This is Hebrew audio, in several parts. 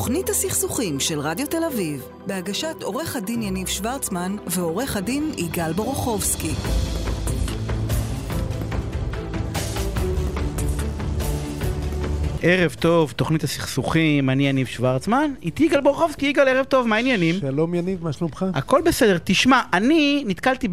תוכנית הסכסוכים של רדיו תל אביב, בהגשת עורך הדין יניב שוורצמן ועורך הדין יגאל בורוכובסקי. ערב טוב, תוכנית הסכסוכים, אני יניב שוורצמן, איתי יגאל בורוכובסקי. יגאל, ערב טוב, מה העניינים? שלום יניב, מה שלומך? הכל בסדר. תשמע, אני נתקלתי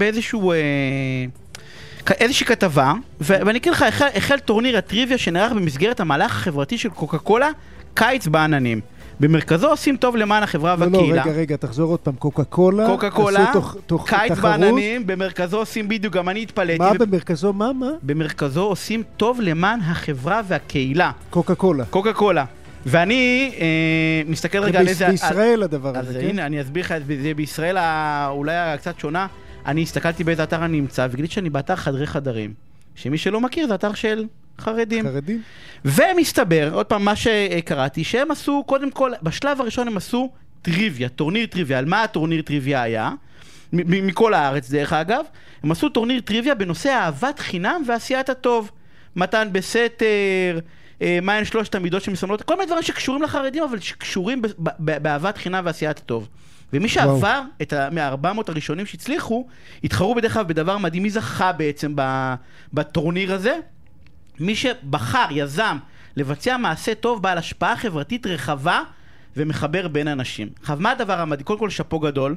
איזושהי כתבה, ואני אגיד לך, החל טורניר הטריוויה שנערך במסגרת המהלך החברתי של קוקה קולה, קיץ בעננים. במרכזו עושים טוב למען החברה והקהילה. לא, רגע, תחזור עוד פעם. קוקה קולה, קיץ בעננים, במרכזו עושים בדיוק, גם אני התפלאתי. מה במרכזו? מה? במרכזו עושים טוב למען החברה והקהילה. קוקה קולה. ואני מסתכל רגע על איזה... בישראל הדבר הזה, כן? אז הנה, אני אסביר לך, זה בישראל אולי קצת שונה. אני הסתכלתי באיזה אתר אני נמצא, וגיליתי שאני באתר חדרי חדרים. שמי שלא מכיר, זה אתר של חרדים. ומסתבר, עוד פעם, מה שקראתי, שהם עשו, קודם כל, בשלב הראשון הם עשו טריוויה, טורניר טריוויה. על מה הטורניר טריוויה היה? מכל הארץ, דרך אגב. הם עשו טורניר טריוויה בנושא אהבת חינם ועשיית הטוב. מתן בסתר, מהן 3 המידות שמסמלות, כל מיני דברים שקשורים לחרדים, אבל שקשורים באהבת חינם ועשיית הטוב. ומי שעבר מה-400 הראשונים שהצליחו, התחרו בדרך כלל בדבר מדהים. מי זכה בעצם בטורניר הזה? מי שבחר, יזם, לבצע מעשה טוב בעל השפעה חברתית רחבה ומחבר בין אנשים. מה הדבר המדהים? קודם כל שפו גדול,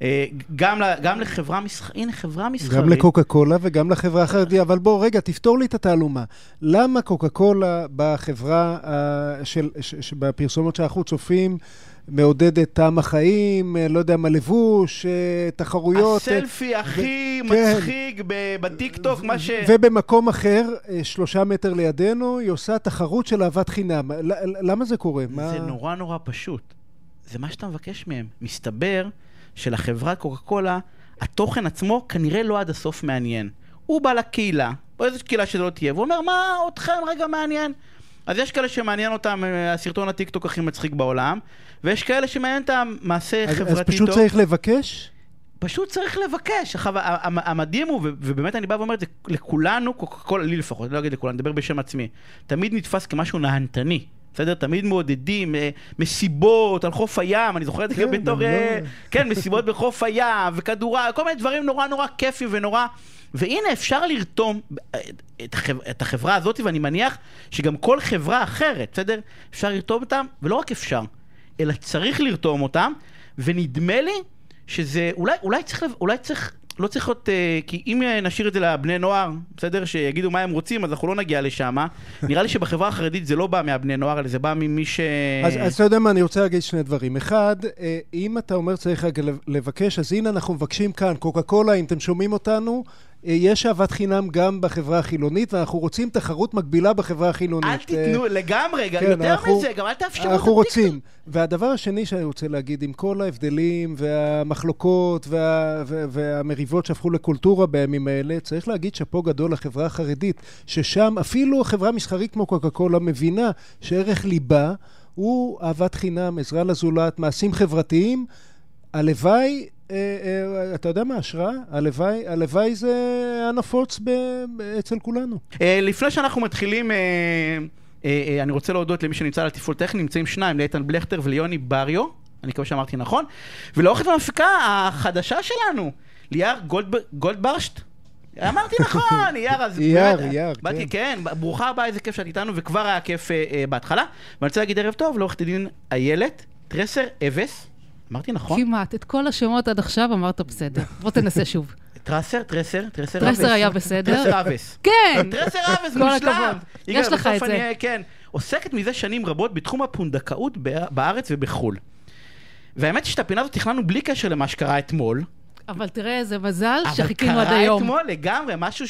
גם לחברה מסחרית, הנה חברה מסחרית. גם לקוקה קולה וגם לחברה החרדית, אבל בוא רגע, תפתור לי את התעלומה. למה קוקה קולה בחברה, בפרסומות שאנחנו צופים, מעודדת טעם החיים, לא יודע מה לבוש, תחרויות. הסלפי הכי מצחיק בטיקטוק, מה ש... ובמקום אחר, 3 מטר לידינו, היא עושה תחרות של אהבת חינם. למה זה קורה? זה נורא פשוט. זה מה שאתה מבקש מהם. מסתבר שלחברת קוקה קולה, התוכן עצמו כנראה לא עד הסוף מעניין. הוא בא לקהילה, או איזו קהילה שזה לא תהיה, והוא אומר, מה אתכם רגע מעניין? אז יש כאלה שמעניין אותם הסרטון הטיקטוק הכי מצחיק בעולם, ויש כאלה שמעניין אותם מעשה חברתי טוב. אז פשוט צריך לבקש? פשוט צריך לבקש. המדהים הוא, ובאמת אני בא ואומר את זה לכולנו, לי לפחות, אני לא אגיד לכולנו, נדבר בשם עצמי, תמיד נתפס כמשהו נהנתני. בסדר? תמיד מעודדים, מסיבות על חוף הים, אני זוכר את זה בתור, כן, מסיבות בחוף הים, וכדורה, כל מיני דברים נורא כיפים ונורא... והנה אפשר לרתום את החברה הזאת, ואני מניח שגם כל חברה אחרת, בסדר? אפשר לרתום אותם, ולא רק אפשר, אלא צריך לרתום אותם, ונדמה לי שזה, אולי צריך, לא צריך להיות, כי אם נשאיר את זה לבני נוער, בסדר? שיגידו מה הם רוצים, אז אנחנו לא נגיע לשם. נראה לי שבחברה החרדית זה לא בא מהבני נוער, אלא זה בא ממי ש... אז אתה יודע מה, אני רוצה להגיד 2 דברים. אחד, אם אתה אומר צריך לבקש, אז הנה אנחנו מבקשים כאן, קוקה קולה, אם אתם שומעים אותנו, יש אהבת חינם גם בחברה החילונית, ואנחנו רוצים תחרות מקבילה בחברה החילונית. אל תיתנו לגמרי, יותר מזה, גם אל תאפשרו. אנחנו רוצים. והדבר השני שאני רוצה להגיד, עם כל ההבדלים והמחלוקות והמריבות שהפכו לקולטורה בימים האלה, צריך להגיד שפה גדול לחברה החרדית, ששם אפילו החברה מסחרית כמו קוקה קולה מבינה שערך ליבה הוא אהבת חינם, עזרה לזולת, מעשים חברתיים. הלוואי, אתה יודע מה, השראה? הלוואי זה הנפוץ אצל כולנו. לפני שאנחנו מתחילים, אני רוצה להודות למי שנמצא על תפעול טכני, נמצאים 2, לאיתן בלכטר וליוני בריו, אני מקווה שאמרתי נכון, ולעורכת המפיקה החדשה שלנו, ליאר גולדברשט, אמרתי נכון, יאר, כן, ברוכה הבאה, איזה כיף שאת איתנו, וכבר היה כיף בהתחלה, ואני רוצה להגיד ערב טוב לעורכת הדין איילת טרסר אבס, אמרתי נכון? כמעט, את כל השמות עד עכשיו אמרת בסדר. בוא תנסה שוב. טרסר היה בסדר. טרסר אבס. כן. טרסר אבס מושלם. יש לך את זה. כן. עוסקת מזה שנים רבות בתחום הפונדקאות בארץ ובחול. והאמת שאת הפינה הזאת תכננו בלי קשר למה שקרה אתמול. אבל תראה איזה מזל שחיכינו עד היום. אבל קרה אתמול לגמרי, משהו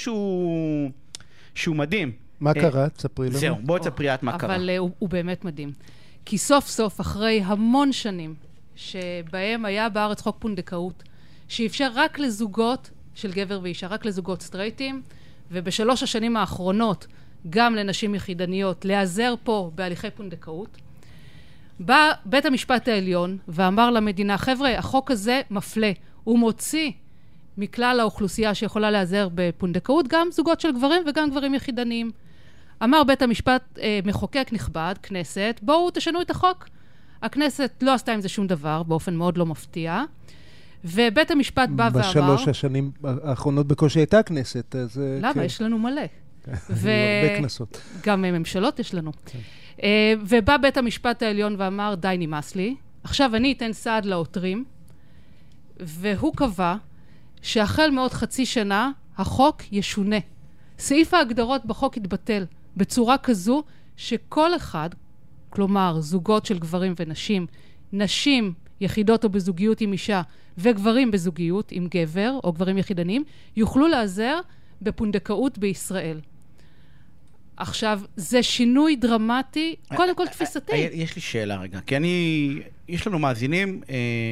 שהוא מדהים. מה קרה? תספרי לנו. זהו, בואי תספרי את מה קרה. אבל הוא באמת מדהים. כי סוף סוף, אחרי המון שנים, שבהם היה בארץ חוק פונדקאות, שאפשר רק לזוגות של גבר ואישה, רק לזוגות סטרייטים, וב3 השנים האחרונות, גם לנשים יחידניות, להיעזר פה בהליכי פונדקאות. בא בית המשפט העליון ואמר למדינה, חבר'ה, החוק הזה מפלה, הוא מוציא מכלל האוכלוסייה שיכולה להיעזר בפונדקאות, גם זוגות של גברים וגם גברים יחידניים. אמר בית המשפט, מחוקק נכבד, כנסת, בואו תשנו את החוק. הכנסת לא עשתה עם זה שום דבר, באופן מאוד לא מפתיע, ובית המשפט בא ואמר... בשלוש השנים האחרונות בקושי הייתה כנסת, אז... למה? כן. יש לנו מלא. הרבה כנסות. גם ממשלות יש לנו. כן. ובא בית המשפט העליון ואמר, די נמאס לי, עכשיו אני אתן סעד לעותרים, והוא קבע שהחל מעוד חצי שנה, החוק ישונה. סעיף ההגדרות בחוק יתבטל בצורה כזו שכל אחד, כלומר זוגות של גברים ונשים, נשים יחידות או בזוגיות עם אישה וגברים בזוגיות עם גבר או גברים יחידנים, יוכלו לעזר בפונדקאות בישראל. עכשיו, זה שינוי דרמטי, קודם כל תפיסתי. יש לי שאלה רגע, כי יש לנו מאזינים,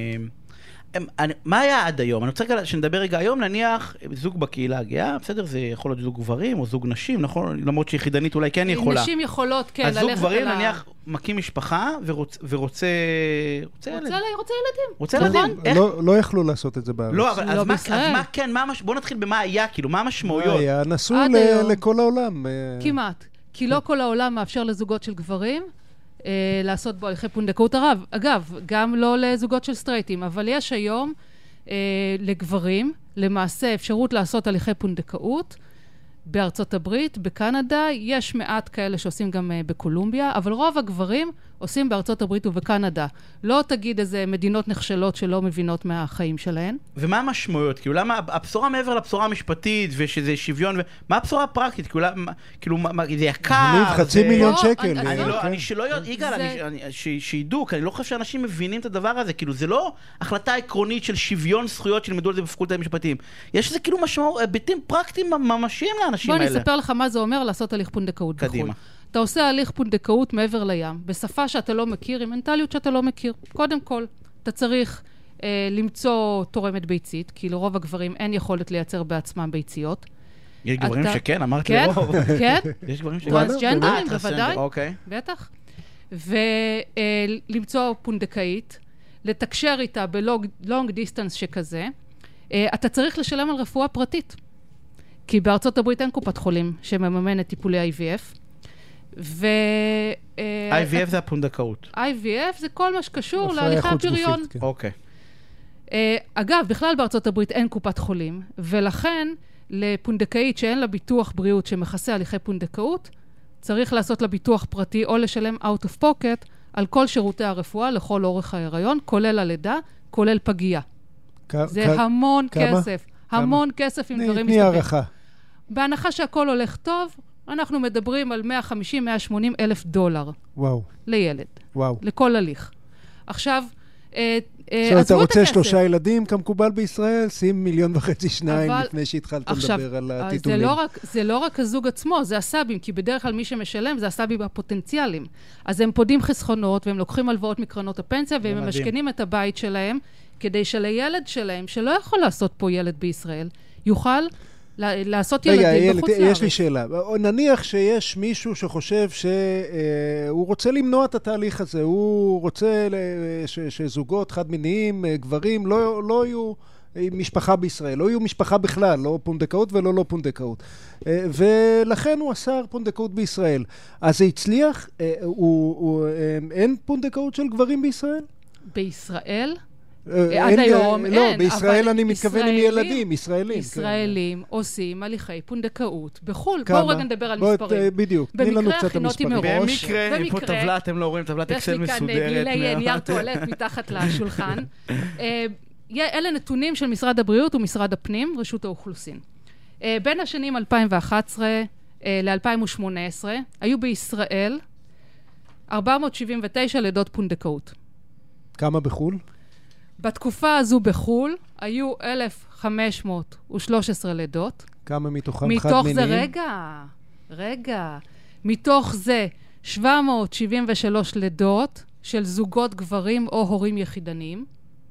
מה היה עד היום? אני רוצה שנדבר רגע היום, נניח זוג בקהילה הגאה, בסדר, זה יכול להיות זוג גברים או זוג נשים, נכון? למרות שיחידנית אולי כן יכולה. נשים יכולות, כן, ללכת על... אז זוג גברים, נניח, מקים משפחה ורוצה... רוצה ילדים. רוצה ילדים. לא יכלו לעשות את זה בארץ. לא, אבל אז מה כן, בוא נתחיל במה היה, כאילו, מה המשמעויות? היה, נסו לכל העולם. כמעט. כי לא כל העולם מאפשר לזוגות של גברים לעשות בו הליכי פונדקאות ערב. אגב, גם לא לזוגות של סטרייטים, אבל יש היום לגברים, למעשה אפשרות לעשות הליכי פונדקאות בארצות הברית, בקנדה, יש מעט כאלה שעושים גם בקולומביה, אבל רוב הגברים עושים בארצות הברית ובקנדה. לא תגיד איזה מדינות נחשלות שלא מבינות מהחיים שלהן. ומה המשמעויות? כאילו, למה הבשורה מעבר לבשורה המשפטית ושזה שוויון, מה הבשורה הפרקטית? כאילו, זה יקר? $500,000 שקל. אני שלא יודע, יגאל, שידעו, כי אני לא חושב שאנשים מבינים את הדבר הזה, כאילו, זה לא החלטה עקרונית של שוויון זכויות שלמדו על זה בפקולטה המשפטים. יש איזה כאילו היבטים פרקטיים ממשיים לאנשים האלה. בוא אני אספר לך מה זה אומר לעשות הליך פונדקאות בחו"ל. אתה עושה הליך פונדקאות מעבר לים, בשפה שאתה לא מכיר, עם מנטליות שאתה לא מכיר. קודם כל, אתה צריך למצוא תורמת ביצית, כי לרוב הגברים אין יכולת לייצר בעצמם ביציות. יש גברים שכן, אמרת לרוב. כן, יש גברים שכן. טרנסג'נדרים, בוודאי. בטח. ולמצוא פונדקאית, לתקשר איתה בלונג דיסטנס שכזה. אתה צריך לשלם על רפואה פרטית. כי בארצות הברית אין קופת חולים שמממנת טיפולי IVF. IVF זה הפונדקאות. IVF זה כל מה שקשור להליכי הפריון. אוקיי. אגב, בכלל בארצות הברית אין קופת חולים, ולכן לפונדקאית שאין לה ביטוח בריאות שמכסה הליכי פונדקאות, צריך לעשות לה ביטוח פרטי או לשלם out of pocket על כל שירותי הרפואה לכל אורך ההיריון, כולל הלידה, כולל פגייה. זה המון כסף. המון כסף עם דברים מסתפים. תני הערכה. בהנחה שהכל הולך טוב, אנחנו מדברים על $150,000-180,000. וואו. לילד. וואו. לכל הליך. עכשיו, אתה רוצה 3 ילדים כמקובל בישראל, שים $1.5-2 לפני שהתחלת לדבר על הטיטולים. זה לא רק הזוג עצמו, זה הסאבים, כי בדרך כלל מי שמשלם זה הסאבים הפוטנציאליים. אז הם פודים חסכונות, והם לוקחים הלוואות מקרנות הפנסיה, והם משכנים את הבית שלהם, כדי שלילד שלהם, שלא יכול לעשות פה ילד בישראל, יוכל לעשות ילדים בחוץ לארץ. יש לי שאלה. נניח שיש מישהו שחושב שהוא רוצה למנוע את התהליך הזה, הוא רוצה שזוגות חד-מיניים, גברים, לא יהיו משפחה בישראל, לא יהיו משפחה בכלל, לא פונדקאות ולא לא פונדקאות. ולכן הוא אסר פונדקאות בישראל. אז זה הצליח? אין פונדקאות של גברים בישראל? בישראל? עד היום אין. לא, בישראל אני מתכוון עם ילדים, ישראלים. ישראלים עושים הליכי פונדקאות בחו"ל. בואו רגע נדבר על מספרים. בדיוק, תני לנו קצת המספרים. במקרה, פה טבלה, אתם לא רואים, טבלת אקסל מסודרת. יש לי כאן נייר טואלט מתחת לשולחן. אלה נתונים של משרד הבריאות ומשרד הפנים, רשות האוכלוסין. בין השנים 2011 ל-2018, היו בישראל 479 לידות פונדקאות. כמה בחו"ל? בתקופה הזו בחו"ל היו 1,513 לידות. כמה מתוכם חד-מיניים? מתוך זה, רגע. מתוך זה 773 לידות של זוגות גברים או הורים יחידניים.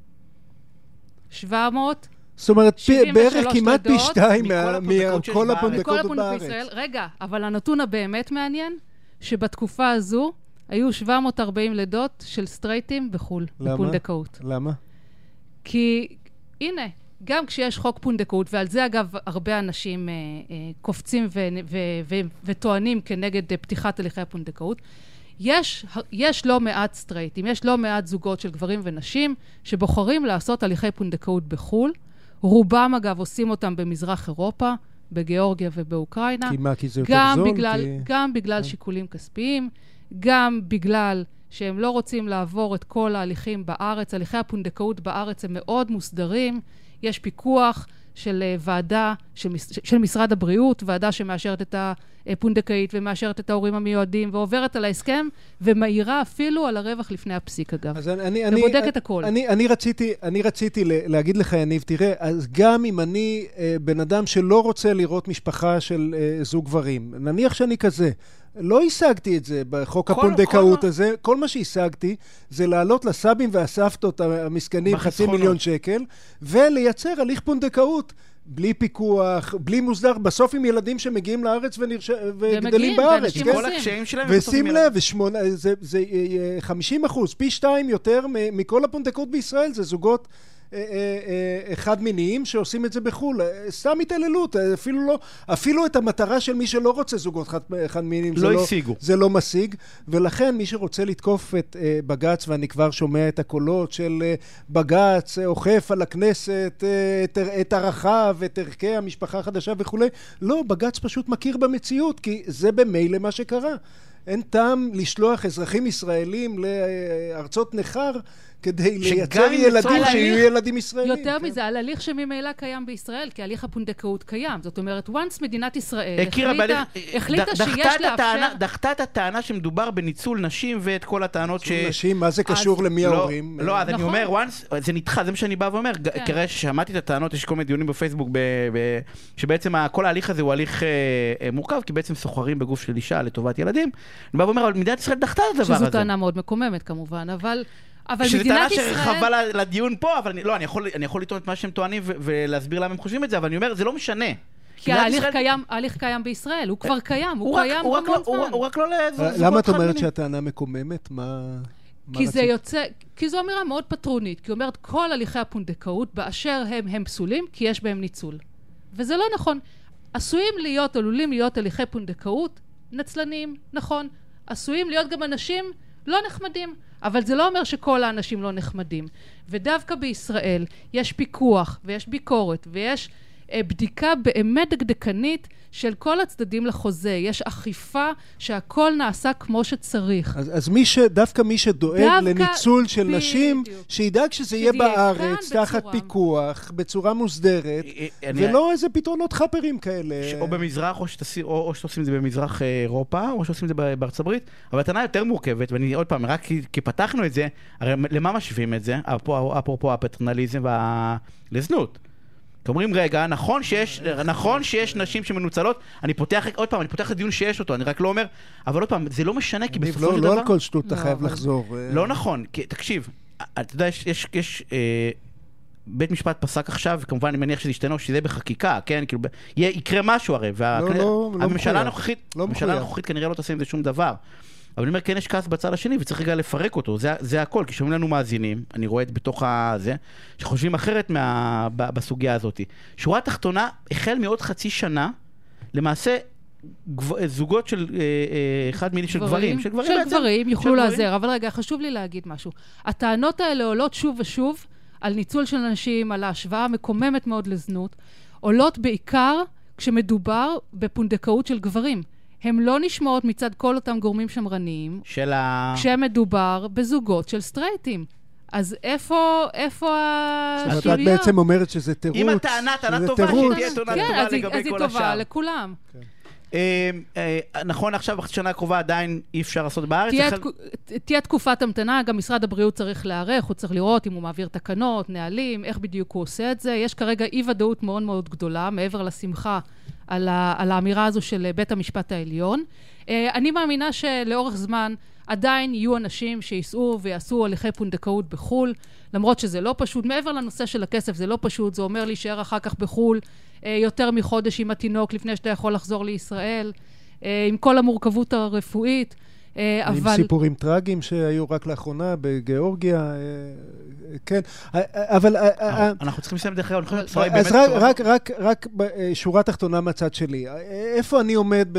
700. זאת אומרת, בערך כמעט פי 2 מכל הפונדקאות בארץ. רגע, אבל הנתון הבאמת מעניין, שבתקופה הזו היו 740 לידות של סטרייטים בחו"ל. בפונדקאות. למה? כי, הנה, גם כשיש חוק פונדקאות, ועל זה אגב הרבה אנשים קופצים וטוענים כנגד פתיחת הליכי הפונדקאות, יש לא מעט סטרייטים, יש לא מעט זוגות של גברים ונשים שבוחרים לעשות הליכי פונדקאות בחול. רובם אגב עושים אותם במזרח אירופה, בגיאורגיה ובאוקראינה. כי זה יותר זול? גם בגלל שיקולים כספיים, גם בגלל שהם לא רוצים לעבור את כל ההליכים בארץ. הליכי הפונדקאות בארץ הם מאוד מוסדרים. יש פיקוח של ועדה, של משרד הבריאות, ועדה שמאשרת את הפונדקאית ומאשרת את ההורים המיועדים, ועוברת על ההסכם, ומאירה אפילו על הרווח לפני הפסיק, אגב. ובודק את הכל. אני רציתי להגיד לך, יניב, תראה, אז גם אם אני בן אדם שלא רוצה לראות משפחה של זוג גברים, נניח שאני כזה, לא השגתי את זה בחוק הפונדקאות הזה, כל מה שהשגתי זה לעלות לסבים והסבתות המסכנים 500,000 שקל, ולייצר הליך פונדקאות בלי פיקוח, בלי מוסדר, בסוף עם ילדים שמגיעים לארץ וגדלים בארץ. כל הקשיים שלהם. ושים לב, זה 50%, פי 2 יותר מכל הפונדקאות בישראל, זה זוגות אחד מיניים שעושים את זה בחול. סתם התעללות, אפילו את המטרה של מי שלא רוצה זוגות אחד מיניים זה לא משיג, ולכן מי שרוצה לתקוף את בגץ, ואני כבר שומע את הקולות של בגץ אוכף על הכנסת את הרחב, את ערכי המשפחה החדשה וכו', לא, בגץ פשוט מכיר במציאות, כי זה במילא מה שקרה. אין טעם לשלוח אזרחים ישראלים לארצות נחר כדי לייצר ילדים שיהיו ילדים ישראלים. יותר מזה, על הליך שממילא קיים בישראל, כי הליך הפונדקאות קיים. זאת אומרת, once מדינת ישראל החליטה שיש לאפשר... דחתה את הטענה שמדובר בניצול נשים ואת כל הטענות ש... נשים, מה זה קשור למי ההורים? לא, אז אני אומר, זה נדחה, זה מה שאני בא ואומר. כראה ששמעתי את הטענות, יש כל מיני דיונים בפייסבוק, שבעצם כל ההליך הזה הוא הליך מורכב, כי בעצם סוחרים בגוף של אישה לטובת ילדים. אני בא ואומר, אבל מדינת ישראל דחתה את הדבר הזה. שזו טענה מאוד מקוממת, כמובן, אבל שזה טענה שרחבה לדיון פה, אבל אני יכול לטעון את מה שהם טוענים ולהסביר למה הם חושבים את זה, אבל אני אומר, זה לא משנה. כי ההליך קיים בישראל, הוא כבר קיים, הוא קיים המון זמן. הוא רק לא למה את אומרת שהטענה מקוממת? כי זו אמירה מאוד פטרונית, כי אומרת, כל הליכי הפונדקאות באשר הם פסולים, כי יש בהם ניצול. וזה לא נכון. עלולים להיות הליכי פונדקאות נצלנים, נכון. עשויים להיות גם אנשים לא נחמדים, אבל זה לא אומר שכל האנשים לא נחמדים. ודווקא בישראל יש פיקוח ויש ביקורת ויש בדיקה באמת דקדקנית של כל הצדדים לחוזה. יש אכיפה שהכל נעשה כמו שצריך. אז דווקא מי שדואג לניצול של נשים, שידאג שזה יהיה בארץ, תחת פיקוח, בצורה מוסדרת, ולא איזה פתרונות חפרים כאלה. או במזרח, או שעושים את זה במזרח אירופה, או שעושים את זה בארצות הברית. אבל הטענה יותר מורכבת, ואני עוד פעם, רק כי פתחנו את זה, הרי למה משווים את זה? אפרופו הפטרנליזם והלזנות. אומרים, רגע, נכון שיש נשים שמנוצלות, אני פותח את הדיון שיש אותו, אני רק לא אומר, אבל עוד פעם, זה לא משנה, כי בסופו של דבר... לא על כל שטות אתה חייב לחזור. לא נכון, תקשיב, אתה יודע, יש בית משפט פסק עכשיו, וכמובן אני מניח שזה ישתנה, שזה בחקיקה, כן, כאילו, יקרה משהו הרי, והממשלה הנוכחית כנראה לא תעשה עם זה שום דבר. אבל אני אומר, כן יש כעס בצד השני, וצריך רגע לפרק אותו, זה הכל, כי שומעים לנו מאזינים, אני רואה את בתוך הזה, שחושבים אחרת בסוגיה הזאת. שורה תחתונה, החל מעוד חצי שנה, למעשה, זוגות של אחד מיני של גברים. של גברים, יוכלו לעזר, אבל רגע, חשוב לי להגיד משהו. הטענות האלה עולות שוב ושוב, על ניצול של אנשים, על ההשוואה המקוממת מאוד לזנות, עולות בעיקר כשמדובר בפונדקאות של גברים. הם לא נשמעות מצד כל אותם גורמים שמרניים, כשמדובר בזוגות של סטרייטים. אז איפה השוויון? את בעצם אומרת שזה תירוץ. אם הטענה טובה, שתהיה טענה טובה לגבי כל השאר. אז היא טובה לכולם. נכון, עכשיו, בחצי שנה הקרובה עדיין אי אפשר לעשות בארץ. תהיה תקופת המתנה, גם משרד הבריאות צריך להיערך, הוא צריך לראות אם הוא מעביר תקנות, נהלים, איך בדיוק הוא עושה את זה. יש כרגע אי-ודאות מאוד מאוד גדולה, מעבר לשמחה על האמירה הזו של בית המשפט העליון. אני מאמינה שלאורך זמן עדיין יהיו אנשים שיסעו ויעשו הליכי פונדקאות בחול, למרות שזה לא פשוט. מעבר לנושא של הכסף זה לא פשוט, זה אומר להישאר אחר כך בחול יותר מחודש עם התינוק לפני שאתה יכול לחזור לישראל, עם כל המורכבות הרפואית. עם סיפורים טרגיים שהיו רק לאחרונה בגיאורגיה, כן, אבל... אנחנו צריכים לסיים דרך אגב, אז רק שורה תחתונה מהצד שלי. איפה אני עומד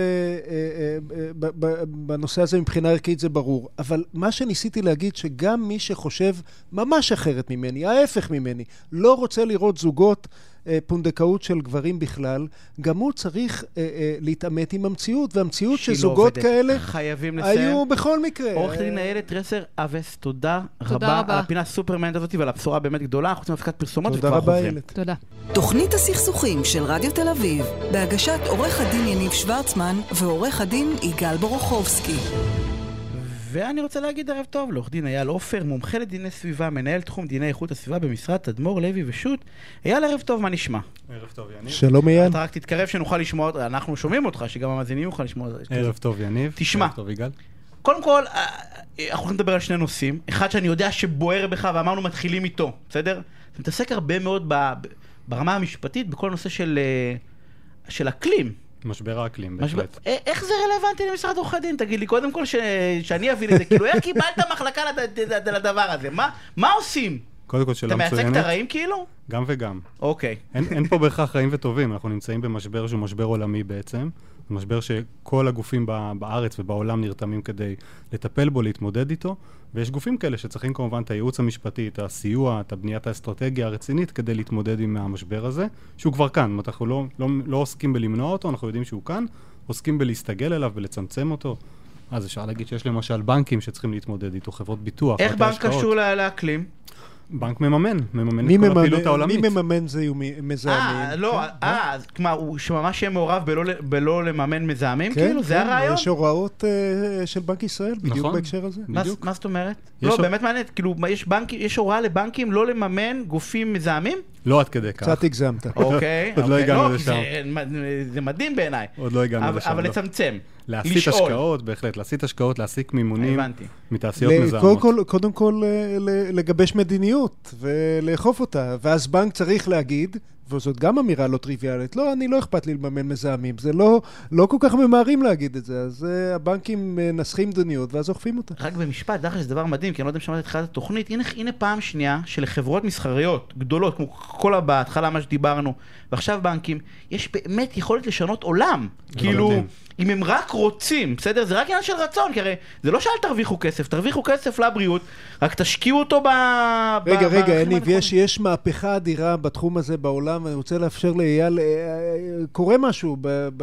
בנושא הזה מבחינה ערכית זה ברור, אבל מה שניסיתי להגיד שגם מי שחושב ממש אחרת ממני, ההפך ממני, לא רוצה לראות זוגות פונדקאות של גברים בכלל, גם הוא צריך להתאמת עם המציאות, והמציאות שזוגות כאלה היו בכל מקרה. עורכת דין איילת טרסר אבס, תודה רבה על הפינה סופרמנט הזאת ועל הבשורה באמת גדולה. אנחנו רוצים להפסקת פרסומות וכבר חוזרים. תודה. תוכנית הסכסוכים של רדיו תל אביב, בהגשת עורך הדין יניב שוורצמן ועורך הדין יגאל בורוכובסקי. ואני רוצה להגיד ערב טוב לעורך דין אייל עופר, מומחה לדיני סביבה, מנהל תחום דיני איכות הסביבה במשרד תדמור לוי ושות'. אייל, ערב טוב, מה נשמע? ערב טוב, יניב. שלום אייל. אתה רק תתקרב שנוכל לשמוע, אנחנו שומעים אותך, שגם המאזינים יוכל לשמוע. ערב טוב, יניב. תשמע. ערב טוב, יגאל. קודם כל, אנחנו יכולים לדבר על שני נושאים. אחד שאני יודע שבוער בך ואמרנו מתחילים איתו, בסדר? אתה מתעסק הרבה מאוד ברמה המשפטית בכל נושא של אקלים. משבר האקלים, בהחלט. איך זה רלוונטי למשרד עורכי דין? תגיד לי, קודם כל שאני אביא לזה, כאילו, איך קיבלת מחלקה לדבר הזה? מה עושים? קודם כל שאלה מצוינת. אתה מייצג את הרעים כאילו? גם וגם. אוקיי. אין פה בהכרח רעים וטובים, אנחנו נמצאים במשבר שהוא משבר עולמי בעצם. זה משבר שכל הגופים בארץ ובעולם נרתמים כדי לטפל בו, להתמודד איתו, ויש גופים כאלה שצריכים כמובן את הייעוץ המשפטי, את הסיוע, את הבניית האסטרטגיה הרצינית כדי להתמודד עם המשבר הזה, שהוא כבר כאן. אנחנו לא עוסקים בלמנוע אותו, אנחנו יודעים שהוא כאן, עוסקים בלהסתגל אליו ולצמצם אותו. אז אפשר להגיד שיש למשל בנקים שצריכים להתמודד איתו, חברות ביטוח. איך בנק קשור לאקלים? בנק מממן את כל הפעילות העולמית. מי מממן זה מזהמים? לא, כלומר, הוא שממש יהיה מעורב בלא לממן מזהמים, כאילו, זה כן, הרעיון? יש הוראות של בנק ישראל, בדיוק בהקשר הזה. מה זאת אומרת? לא, באמת מעניין, כאילו, יש הוראה לבנקים לא לממן גופים מזהמים? לא עד כדי כך. קצת הגזמת. אוקיי. עוד לא הגענו לשם. זה מדהים בעיניי. עוד לא הגענו לשם. אבל לצמצם. להסיט השקעות, בהחלט, להסיט השקעות, להסיק מימונים מתעשיות מזהמות. קודם כל לגבש מדיניות ולאכוף אותה, ואז בנק צריך להגיד, וזאת גם אמירה לא טריוויאלית, לא, אני לא אכפת לי לממן מזהמים, זה לא כל כך ממהרים להגיד את זה, אז הבנקים נסחים מדיניות ואז אוכפים אותה. רק במשפט, דרך זה דבר מדהים, כי אני לא יודע אם שמעת את תחילת התוכנית, הנה פעם שנייה שלחברות מסחריות גדולות, כמו כל בהתחלה מה שדיברנו, ועכשיו בנקים, יש באמת יכולת לשנות עולם, כאילו, אם הם רק רוצים, בסדר? זה רק עניין של רצון, כי הרי זה לא שאל תרוויחו כסף לבריאות, רק תשקיעו אותו רגע, יניב, יש מהפכה אדירה בתחום הזה בעולם, אני רוצה לאפשר לאייל, קורה משהו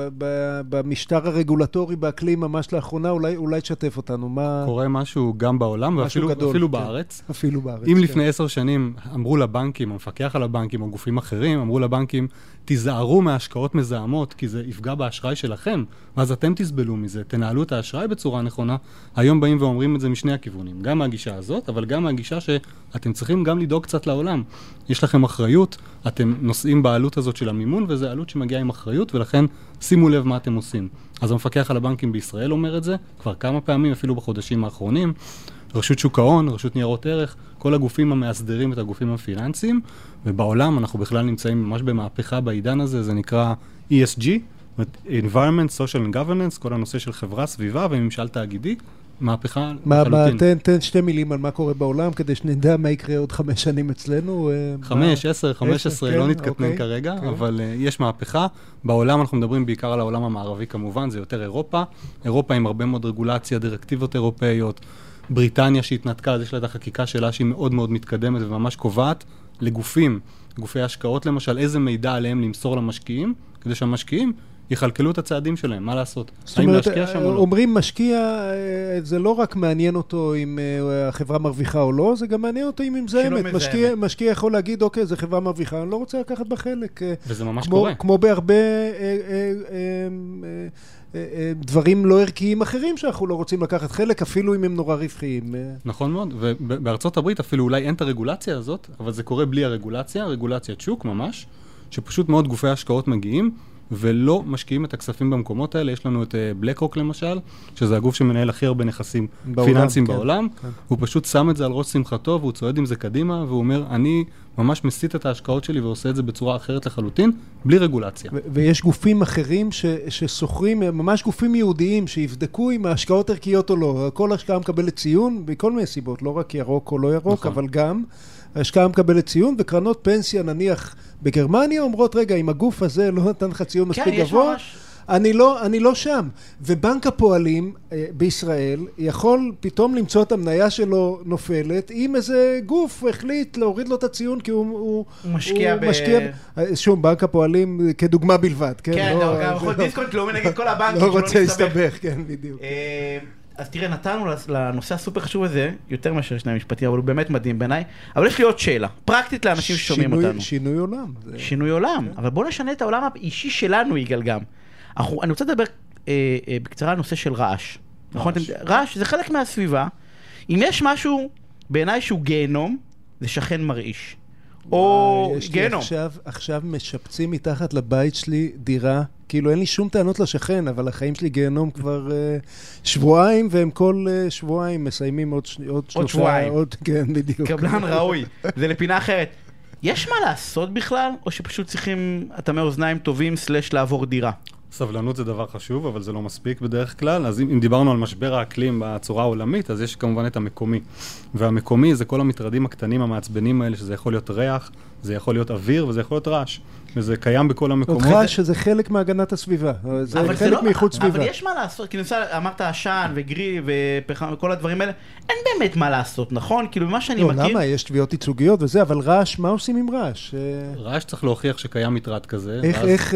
במשטר הרגולטורי באקלים ממש לאחרונה, אולי תשתף אותנו, מה... קורה משהו גם בעולם, ואפילו בארץ. אפילו בארץ. אם לפני 10 שנים אמרו לבנקים, המפקח על הבנקים, או גופים אחרים, אמרו לבנקים, תיזהרו מהשקעות מזהמות, כי זה יפגע באשראי שלכם, ואז אתם תסבלו מזה, תנהלו את האשראי בצורה נכונה. היום באים ואומרים את זה משני הכיוונים, גם מהגישה הזאת, אבל גם מהגישה שאתם צריכים גם לדאוג קצת לעולם. יש לכם אחריות, אתם נושאים בעלות הזאת של המימון, וזה עלות שמגיעה עם אחריות, ולכן שימו לב מה אתם עושים. אז המפקח על הבנקים בישראל אומר את זה, כבר כמה פעמים, אפילו בחודשים האחרונים, רשות שוק ההון, רשות ניירות ערך, כל הגופים המאסדרים את הגופים הפיננסיים, ובעולם אנחנו בכלל נמצאים ממש במהפכה בעידן הזה, זה נקרא ESG, Environment, Social and Governance, כל הנושא של חברה, סביבה וממשל תאגידי, מהפכה לחלוטין. תן 2 מילים על מה קורה בעולם, כדי שנדע מה יקרה עוד 5 שנים אצלנו. 5, 10, 15, לא נתקטנן כרגע, אבל יש מהפכה. בעולם אנחנו מדברים בעיקר על העולם המערבי כמובן, זה יותר אירופה עם הרבה מאוד רגולציה, דירקטיבות אירופאיות, בריטניה שהתנתקה, אז יש לה את החקיקה שלה שהיא מאוד מאוד מתקדמת וממש קובעת לגופי השקעות למשל, איזה מידע עליהם למסור למשקיעים, כדי שהמשקיעים יכלכלו את הצעדים שלהם, מה לעשות? זאת אומרת, אומרים משקיע, זה לא רק מעניין אותו אם החברה מרוויחה או לא, זה גם מעניין אותו אם זה אמת. משקיע יכול להגיד, אוקיי, זו חברה מרוויחה, אני לא רוצה לקחת בחלק. וזה ממש קורה. כמו בהרבה דברים לא ערכיים אחרים שאנחנו לא רוצים לקחת חלק, אפילו אם הם נורא רווחיים. נכון מאוד, ובארצות הברית אפילו אולי אין את הרגולציה הזאת, אבל זה קורה בלי הרגולציה, רגולציית שוק ממש, שפשוט מאוד גופי ההשקעות מגיעים, ולא משקיעים את הכספים במקומות האלה. יש לנו את בלקרוק למשל, שזה הגוף שמנהל הכי הרבה נכסים פיננסיים בעולם. הוא פשוט שם את זה על ראש שמחתו, והוא צועד עם זה קדימה, והוא אומר, אני ממש מסית את ההשקעות שלי ועושה את זה בצורה אחרת לחלוטין, בלי רגולציה. ויש גופים אחרים שסוחרים, ממש גופים יהודיים, שיבדקו אם ההשקעות ערכיות או לא. כל השקעה מקבלת ציון, בכל מיני סיבות, לא רק ירוק או לא ירוק, אבל גם ההשקעה מקבלת ציון, וקרנות פנסיה נניח בגרמניה אומרות, רגע, אם הגוף הזה לא נתן לך ציון מספיק גבוה, אני לא שם. ובנק הפועלים בישראל יכול פתאום למצוא את המניה שלו נופלת, אם איזה גוף החליט להוריד לו את הציון, כי הוא משקיע שום, בנק הפועלים כדוגמה בלבד. כן, יכול דיסקונט לאומי נגיד כל הבנקים. לא רוצה להסתבך, כן, בדיוק. אז תראה, נתנו לנושא הסופר חשוב הזה, יותר מאשר שני משפטים, אבל הוא באמת מדהים בעיניי. אבל יש לי עוד שאלה, פרקטית לאנשים ששומעים אותנו. שינוי עולם. שינוי עולם, אבל בואו נשנה את העולם האישי שלנו, יגאל גם. אני רוצה לדבר בקצרה על נושא של רעש. נכון? רעש זה חלק מהסביבה. אם יש משהו בעיניי שהוא גיהנום, זה שכן מרעיש. או גיהנום. עכשיו משפצים מתחת לבית שלי דירה, כאילו אין לי שום טענות לשכן, אבל החיים שלי גיהנום כבר שבועיים, והם כל שבועיים מסיימים עוד שבועיים. כן, בדיוק. קבלן ראוי, זה לפינה אחרת. יש מה לעשות בכלל, או שפשוט צריכים אטמי אוזניים טובים / לעבור דירה? סבלנות זה דבר חשוב, אבל זה לא מספיק בדרך כלל. אז אם דיברנו על משבר האקלים בצורה העולמית, אז יש כמובן את המקומי. והמקומי זה כל המטרדים הקטנים המעצבנים האלה, שזה יכול להיות ריח, זה יכול להיות אוויר, וזה יכול להיות רעש. וזה קיים בכל המקומות. רעש שזה חלק מהגנת הסביבה. זה חלק מאיכות סביבה. אבל יש מה לעשות. כאילו אמרת עשן וגרי ופחם וכל הדברים האלה. אין באמת מה לעשות, נכון? כאילו מה שאני מכיר... למה? יש תביעות ייצוגיות וזה, אבל רעש, מה עושים עם רעש? רעש צריך להוכיח שקיים מטרד כזה. איך,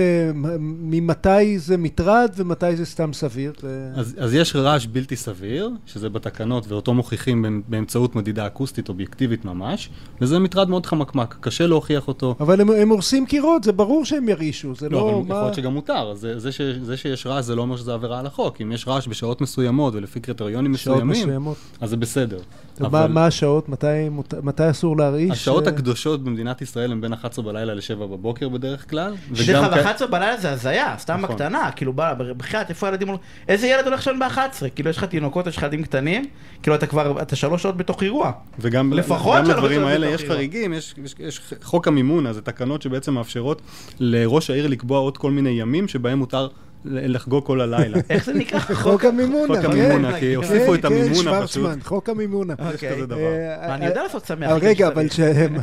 ממתי זה מטרד ומתי זה סתם סביר? אז יש רעש בלתי סביר, שזה בתקנות, ואותו מוכיחים באמצעות מדידה אקוסטית אובייקטיבית ממש, וזה מטרד מאוד חמקמק, קשה להוכיח אותו. אבל הם הורסים קירות, זה ברור שהם ירישו, זה לא... יכול להיות שגם מותר, זה שיש רעש זה לא אומר שזה עבירה על החוק, אם יש רעש בשעות מסוימות ולפי קריטריונים מסוימים, אז זה בסדר. מה השעות? מתי אסור להרעיש? השעות הקדושות במדינת ישראל הן בין 11 בלילה ל7 בבוקר בדרך כלל. שדרך 11 בלילה זה הזיה, סתם בקטנה, כאילו בחיית, איפה הילדים... איזה ילד הולך שם ב-11? כאילו יש לך תינוקות, יש לך ילדים קטנים, כאילו אתה 3 שעות בתוך אירוע. וגם לדברים האלה יש חריגים, יש חוק המימונה, זה תקנות שבעצם מאפשרות לראש העיר לקבוע עוד כל מיני ימים שבהם מותר לחגוג כל הלילה. איך זה נקרא? חוק המימונה. חוק המימונה, כי הוסיפו את המימונה פשוט. כן, שוורצמן, חוק המימונה. יש כזה דבר. אני יודע לעשות שמח. רגע, אבל שהם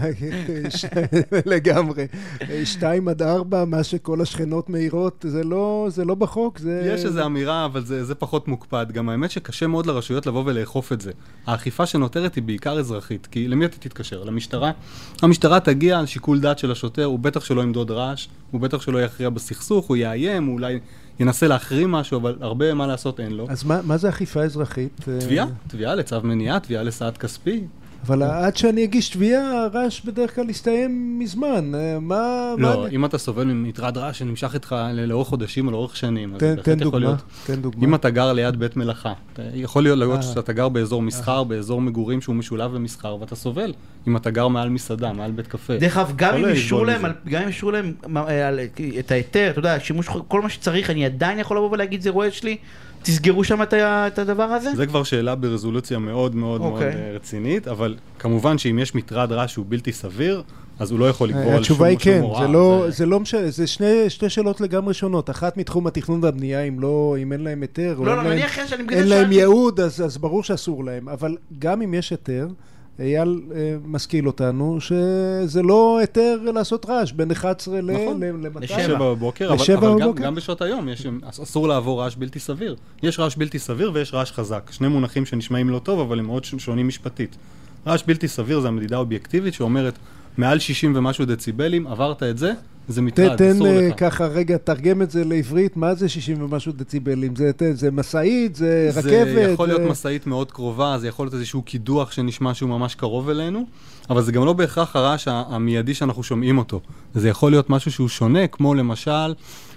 לגמרי. 2-4, מה שכל השכנות מהירות, זה לא בחוק. יש איזו אמירה, אבל זה פחות מוקפד. גם האמת שקשה מאוד לרשויות לבוא ולאכוף את זה. האכיפה שנותרת היא בעיקר אזרחית, כי למי אתה תתקשר? למשטרה? המשטרה תגיע על שיקול דעת של השוטר, הוא בטח שלא ימדוד רעש, הוא בטח שלא יכריע בסכסוך, הוא יאיים, הוא אולי ינסה להחרים משהו, אבל הרבה מה לעשות אין לו. אז מה זה אכיפה אזרחית? תביעה לצו מניעה, תביעה לסעד כספי. אבל עד שאני אגיש תביעה, הרעש בדרך כלל יסתיים מזמן. לא, אם אתה סובל ממטרד רעש שנמשך איתך לאורך חודשים או לאורך שנים, אז בהחלט יכול להיות. תן דוגמה. אם אתה גר ליד בית מלאכה, יכול להיות שאתה גר באזור מסחר, באזור מגורים שהוא משולב במסחר, ואתה סובל. אם אתה גר מעל מסעדה, מעל בית קפה. דרך אגב, גם אם אישרו להם את ההיתר, אתה יודע, שימוש כל מה שצריך, אני עדיין יכול לבוא ולהגיד, זה רואה שלי, תסגרו שם את הדבר הזה? זה כבר שאלה ברזולוציה מאוד מאוד מאוד רצינית, אבל כמובן שאם יש מטרד רעש שהוא בלתי סביר, אז הוא לא יכול לקבוע על שום משהו מורא. זה לא משנה, זה שתי שאלות לגמרי שונות. אחת מתחום התכנון והבנייה, אם אין להם היתר, אין להם ייעוד, אז ברור שאסור להם. אבל גם אם יש היתר, אייל משכיל אותנו שזה לא היתר לעשות רעש בין 11 ל-7 בבוקר, אבל גם בשעות היום אסור לעבור רעש בלתי סביר. יש רעש בלתי סביר ויש רעש חזק. שני מונחים שנשמעים לא טוב, אבל הם מאוד שונים משפטית. רעש בלתי סביר זה המדידה האובייקטיבית שאומרת מעל 60 ומשהו דציבלים, עברת את זה, זה מטרד, אסור לך. תן ככה רגע, תרגם את זה לעברית, מה זה 60 ומשהו דציבלים? זה מסעית, זה רכבת? זה יכול להיות מסעית מאוד קרובה, זה יכול להיות איזשהו קידוח שנשמע שהוא ממש קרוב אלינו, אבל זה גם לא בהכרח הרעש המיידי שאנחנו שומעים אותו. זה יכול להיות משהו שהוא שונה, כמו למשל,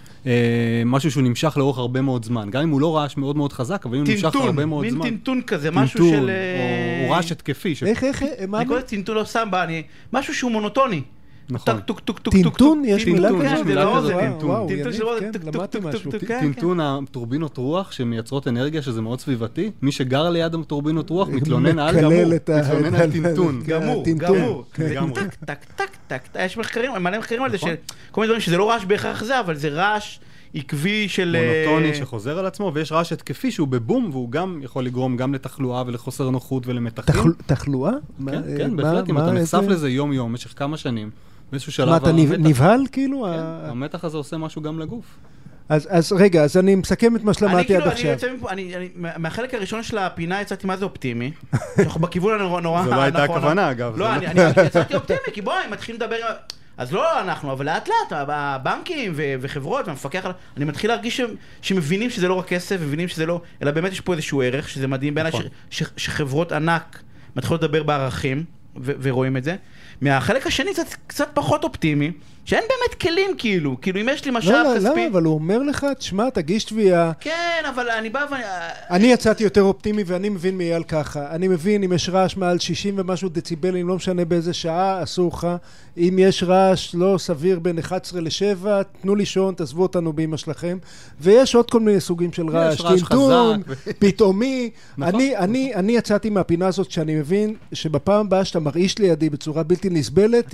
משהו שהוא נמשך לאורך הרבה מאוד זמן. גם אם הוא לא רעש מאוד מאוד חזק, אבל אם הוא נמשך הרבה מאוד זמן. מין טינטון כזה, משהו של... או רעש התקפי. איך? אני קורא טינטון לא סם בה, משהו שהוא מונוטוני. נכון. טוק, טוק, טוק, טינטון? יש מילה טינטון, כזאת? יש מילה כזאת, וואו, טינטון של יניב, אוזן, כן, טוק, טוק, למדתי טוק, משהו. טוק, כן. טינטון, הטורבינות רוח שמייצרות אנרגיה, שזה מאוד סביבתי. מי שגר ליד הטורבינות רוח מתלונן על מתלונן על טינטון. גמור. טק, טק, טק, טק. יש מחקרים, מלא מחקרים על זה, שכל מיני דברים שזה לא רעש בהכרח זה, אבל זה רעש עקבי של... מונוטוני שחוזר על עצמו, ויש רעש התקפי שהוא בבום, והוא גם יכול לגרום גם לתחלואה ולחוסר נוחות ולמתחים. תחלואה? כן, בהחלט, אם אתה נחשף לזה יום-יום, במשך כמה שנים, באיזשהו שלב... מה, אתה נבהל כאילו? כן, המתח הזה עושה משהו גם לגוף. אז רגע, אז אני מסכם את מה שלמדתי עד עכשיו. מהחלק הראשון של הפינה יצאתי מה זה אופטימי. אנחנו בכיוון הנורא... זו לא הייתה הכוונה, אגב. לא, אני יצאתי אופטימי, כי בואי, מתחילים לדבר... אז לא אנחנו, אבל לאט לאט, הבנקים וחברות והמפקח, אני מתחיל להרגיש שמבינים שזה לא רק כסף, מבינים שזה לא... אלא באמת יש פה איזשהו ערך, שזה מדהים בעיניי שחברות ענק מתחילות לדבר בערכים, ורואים את זה. מהחלק השני זה קצת פחות אופטימי, שאין באמת כלים כאילו אם יש לי משאב כספי... לא, אבל הוא אומר לך, תשמע, תגיש תביעה. כן, אבל אני בא ואני... אני יצאתי יותר אופטימי ואני מבין מייל ככה. אני מבין אם יש רעש מעל 60 ומשהו דציבלים, לא משנה באיזה שעה, אסור לך. אם יש רעש לא סביר בין 11 ל-7, תנו לי שעון, תעזבו אותנו באמא שלכם. ויש עוד כל מיני סוגים של רעש. טינטון, פתאומי. אני יצאתי מהפינה הזאת כשאני מבין שבפעם הבאה שאתה מרעיש לידי בצורה בלתי נסבלת,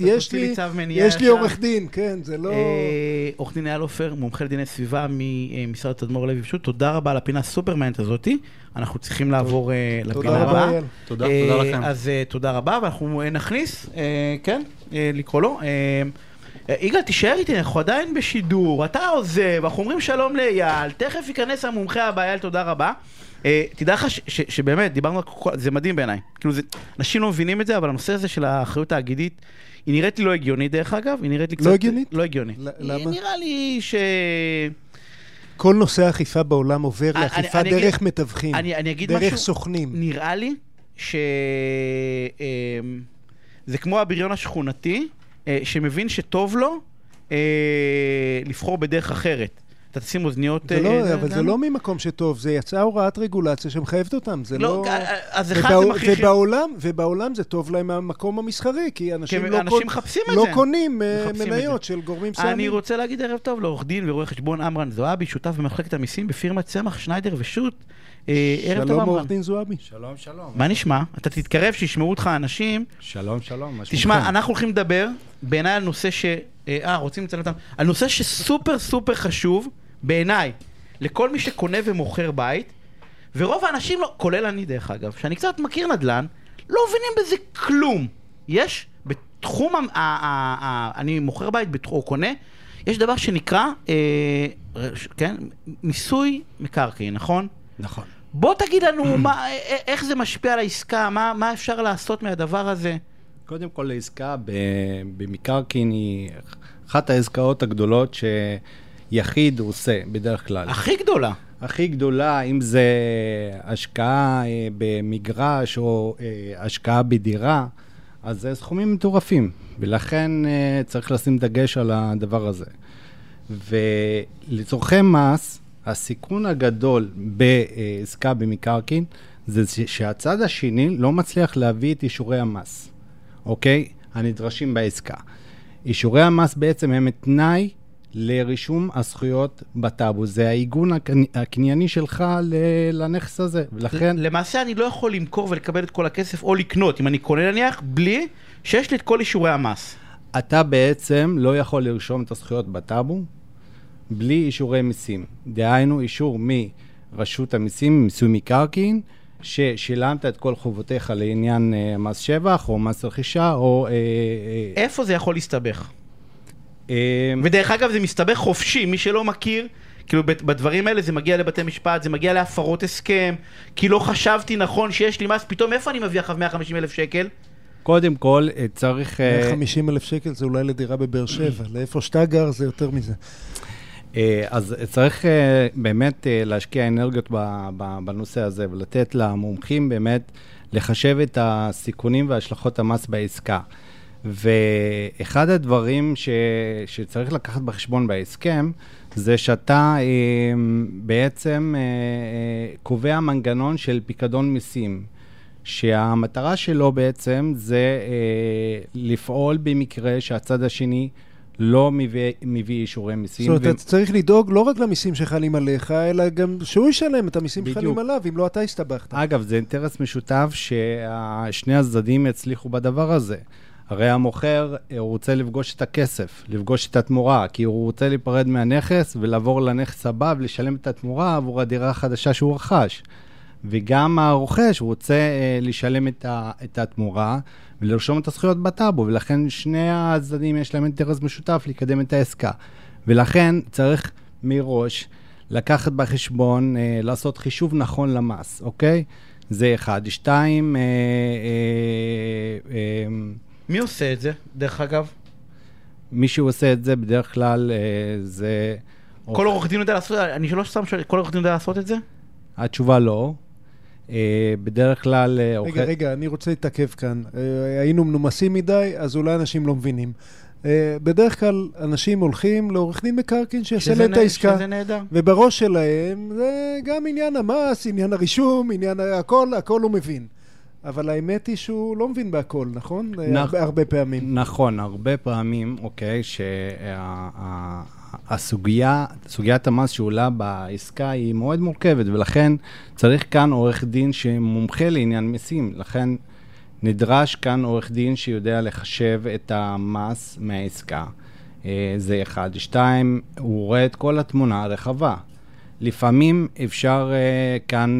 יש לי עורך דין, כן, זה לא... עורך דין אייל עופר, מומחה לדיני סביבה ממשרד תדמור לוי פשוט, תודה רבה על הפינה הסופרמנט הזאת, אנחנו צריכים לעבור לפינה הבאה. תודה לכם. אז תודה רבה, ואנחנו נכניס, כן, לקרוא לו. יגאל, תישאר איתי, אנחנו עדיין בשידור, אתה עוזב, אנחנו אומרים שלום לאייל, תכף ייכנס המומחה הבא, אייל, תודה רבה. תדע לך שבאמת, דיברנו על כל... זה מדהים בעיניי. כאילו, אנשים לא מבינים את זה, אבל הנושא הזה של האחריות האגידית, היא נראית לי לא הגיונית דרך אגב, היא נראית לי קצת... לא הגיונית? לא הגיונית. למה? נראה לי כל נושא האכיפה בעולם עובר לאכיפה דרך מתווכים, דרך משהו, סוכנים. נראה לי זה כמו הבריון השכונתי, שמבין שטוב לו לבחור בדרך אחרת. אתה תשים אוזניות... אבל זה לא ממקום שטוב, זה יצאה הוראת רגולציה שמחייבת אותם, זה לא... אז אחד זה מכריחים... ובעולם זה טוב להם מהמקום המסחרי, כי אנשים מחפשים את לא זה. קונים מניות של גורמים סעמים. אני רוצה להגיד ערב טוב לעורך דין ורואה חשבון אמרן זועבי, שותף במחלקת המיסים בפירמת צמח, שניידר ושות. ערב טוב אמרן. שלום עורך דין זועבי. שלום, שלום. מה נשמע? אתה תתקרב, שישמעו אותך אנשים. שלום, שלום. תשמע, אנחנו הולכים לדבר בעיניי על נושא רוצים לציין אותם, על נושא שסופר סופר חשוב בעיניי, לכל מי שקונה ומוכר בית, ורוב האנשים לא, כולל אני דרך אגב, שאני קצת מכיר נדל"ן, לא מבינים בזה כלום. יש בתחום, אני מוכר בית או קונה, יש דבר שנקרא, כן, מיסוי מקרקעין, נכון? נכון. בוא תגיד לנו איך זה משפיע על העסקה, מה אפשר לעשות מהדבר הזה? קודם כל, העסקה במקרקעין היא אחת העסקאות הגדולות יחיד עושה בדרך כלל. הכי גדולה. הכי גדולה, אם זה השקעה במגרש או השקעה בדירה, אז זה סכומים מטורפים, ולכן צריך לשים דגש על הדבר הזה. ולצורכי מס, הסיכון הגדול בעסקה במקרקעין, זה שהצד השני לא מצליח להביא את אישורי המס, אוקיי? הנדרשים בעסקה. אישורי המס בעצם הם תנאי לרישום הזכויות בטאבו. זה העיגון הקנייני שלך לנכס הזה, ולכן... למעשה אני לא יכול למכור ולקבל את כל הכסף או לקנות, אם אני קונה נניח, בלי שיש לי את כל אישורי המס. אתה בעצם לא יכול לרשום את הזכויות בטאבו, בלי אישורי מיסים. דהיינו אישור מרשות המיסים, מיסוי מקרקעין, ששילמת את כל חובותיך לעניין מס שבח או מס רכישה או... איפה זה יכול להסתבך? ודרך אגב זה מסתבך חופשי, מי שלא מכיר, כאילו בדברים האלה זה מגיע לבתי משפט, זה מגיע להפרות הסכם, כי לא חשבתי נכון שיש לי מס, פתאום איפה אני מביא אחריו 150,000 שקל? קודם כל צריך... 150,000 שקל זה אולי לדירה בבאר שבע, לאיפה שאתה גר זה יותר מזה. אז צריך באמת להשקיע אנרגיות בנושא הזה, ולתת למומחים באמת לחשב את הסיכונים וההשלכות המס בעסקה. ואחד הדברים שצריך לקחת בחשבון בהסכם, זה שאתה בעצם קובע מנגנון של פיקדון מיסים, שהמטרה שלו בעצם זה לפעול במקרה שהצד השני לא מביא אישורי מיסים. זאת אומרת, אתה צריך לדאוג לא רק למיסים שחלים עליך, אלא גם שהוא ישלם את המיסים שחלים עליו, אם לא אתה הסתבכת. אגב, זה אינטרס משותף ששני הצדדים יצליחו בדבר הזה. הרי המוכר, הוא רוצה לפגוש את הכסף, לפגוש את התמורה, כי הוא רוצה להיפרד מהנכס ולעבור לנכס הבא ולשלם את התמורה עבור הדירה החדשה שהוא רכש. וגם הרוכש, הוא רוצה לשלם את התמורה ולרשום את הזכויות בטאבו, ולכן שני הצדדים יש להם אינטרס משותף לקדם את העסקה. ולכן צריך מראש לקחת בחשבון, לעשות חישוב נכון למס, אוקיי? זה אחד. שתיים, מי עושה את זה, דרך אגב? מי שעושה את זה בדרך כלל זה... כל עורך דין יודע לעשות, אני לא שם כל עורך דין יודע לעשות את זה? התשובה לא. בדרך כלל... רגע, אני רוצה להתעכב כאן. היינו מנומסים מדי, אז אולי אנשים לא מבינים. בדרך כלל אנשים הולכים לעורך דין מקרקעין שיעשה להם את העסקה. שזה נהדר. ובראש שלהם זה גם עניין המס, עניין הרישום, עניין הכל הוא מבין. אבל האמת היא שהוא לא מבין בהכל, נכון? הרבה פעמים. נכון, הרבה פעמים, אוקיי, סוגיית המס שעולה בעסקה היא מאוד מורכבת, ולכן צריך כאן עורך דין שמומחה לעניין מיסים. לכן נדרש כאן עורך דין שיודע לחשב את המס מהעסקה. זה אחד. שתיים, הוא רואה את כל התמונה הרחבה. לפעמים אפשר כאן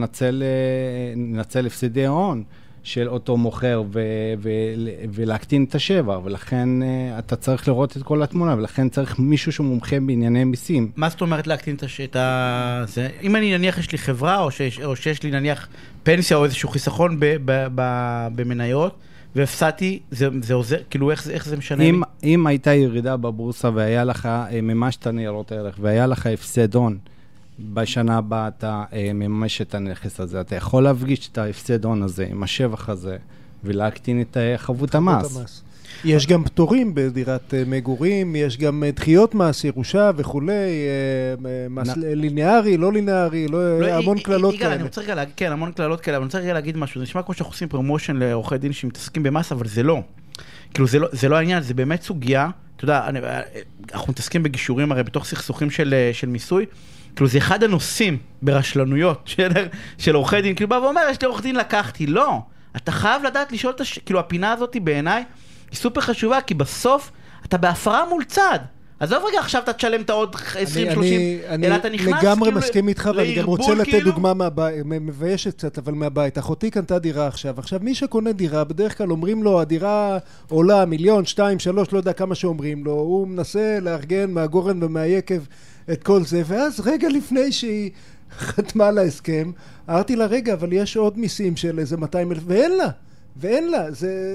לנצל הפסדי ההון של אותו מוכר ולהקטין את השבר, ולכן אתה צריך לראות את כל התמונה, ולכן צריך מישהו שמומחה בענייני מיסים. מה זאת אומרת להקטין את זה? אם אני נניח יש לי חברה, או שיש לי נניח פנסיה או איזשהו חיסכון במניות, והפסדתי, זה עוזר, כאילו איך זה משנה לי? אם הייתה ירידה בבורסה והיה לך ממש ניירות ערך, והיה לך הפסד הון, בשנה הבאה אתה ממש את הנכס הזה, אתה יכול להפגיש את ההפסד הון הזה עם השבח הזה ולהקטין את חבות המס. יש גם פטורים בדירת מגורים, יש גם דחיות מס, ירושה וכולי, מס ליניארי, לא ליניארי, המון כללות כאלה. אני רוצה רגע להגיד, כן, המון כללות כאלה, אבל אני רוצה רגע להגיד משהו, זה נשמע כמו שאנחנו עושים פרומושן לעורכי דין שמתעסקים במס, אבל זה לא. כאילו זה לא העניין, זה באמת סוגיה, אתה יודע, אנחנו מתעסקים בגישורים הרי בתוך סכסוכים של מיסוי, כאילו זה אחד הנושאים ברשלנויות של עורכי דין, כאילו בא ואומר, יש לי עורך דין לקחתי, לא. אתה חייב לדעת לשאול כאילו הפינה הזאת בעיניי היא סופר חשובה, כי בסוף אתה בהפרה מול צד. אז עזוב רגע, עכשיו אתה תשלם את העוד 20-30, אלא אתה נכנס אני לגמרי מסכים איתך, ואני גם רוצה לתת דוגמה מביישת קצת, אבל מהבית. אחותי קנתה דירה עכשיו. עכשיו, מי שקונה דירה, בדרך כלל אומרים לו, הדירה עולה 1,000,000, 2, 3, לא יודע כמה שאומרים לו. הוא מנסה לארגן מהגורן ומהיקב את כל זה, ואז רגע לפני שהיא חתמה להסכם, אמרתי לה, רגע, אבל יש עוד מיסים של איזה 200,000, ואין לה,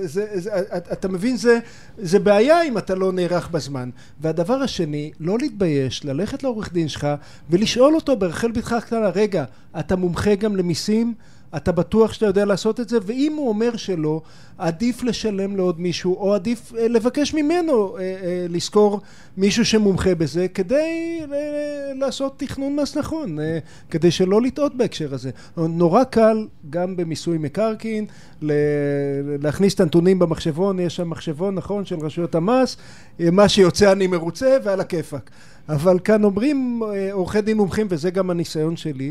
אתה מבין, זה בעיה אם אתה לא נערך בזמן. והדבר השני, לא להתבייש, ללכת לעורך דין שלך ולשאול אותו ברחל בתך הקטנה, רגע, אתה מומחה גם למיסים? אתה בטוח שאתה יודע לעשות את זה? ואם הוא אומר שלא, עדיף לשלם לעוד מישהו, או עדיף לבקש ממנו לזכור מישהו שמומחה בזה, כדי לעשות תכנון מס נכון, כדי שלא לטעות בהקשר הזה. נורא קל, גם במיסוי מקרקעין, להכניס את הנתונים במחשבון, יש שם מחשבון נכון של רשויות המס, מה שיוצא אני מרוצה ועל הכיפק. אבל כאן אומרים עורכי דין מומחים, וזה גם הניסיון שלי,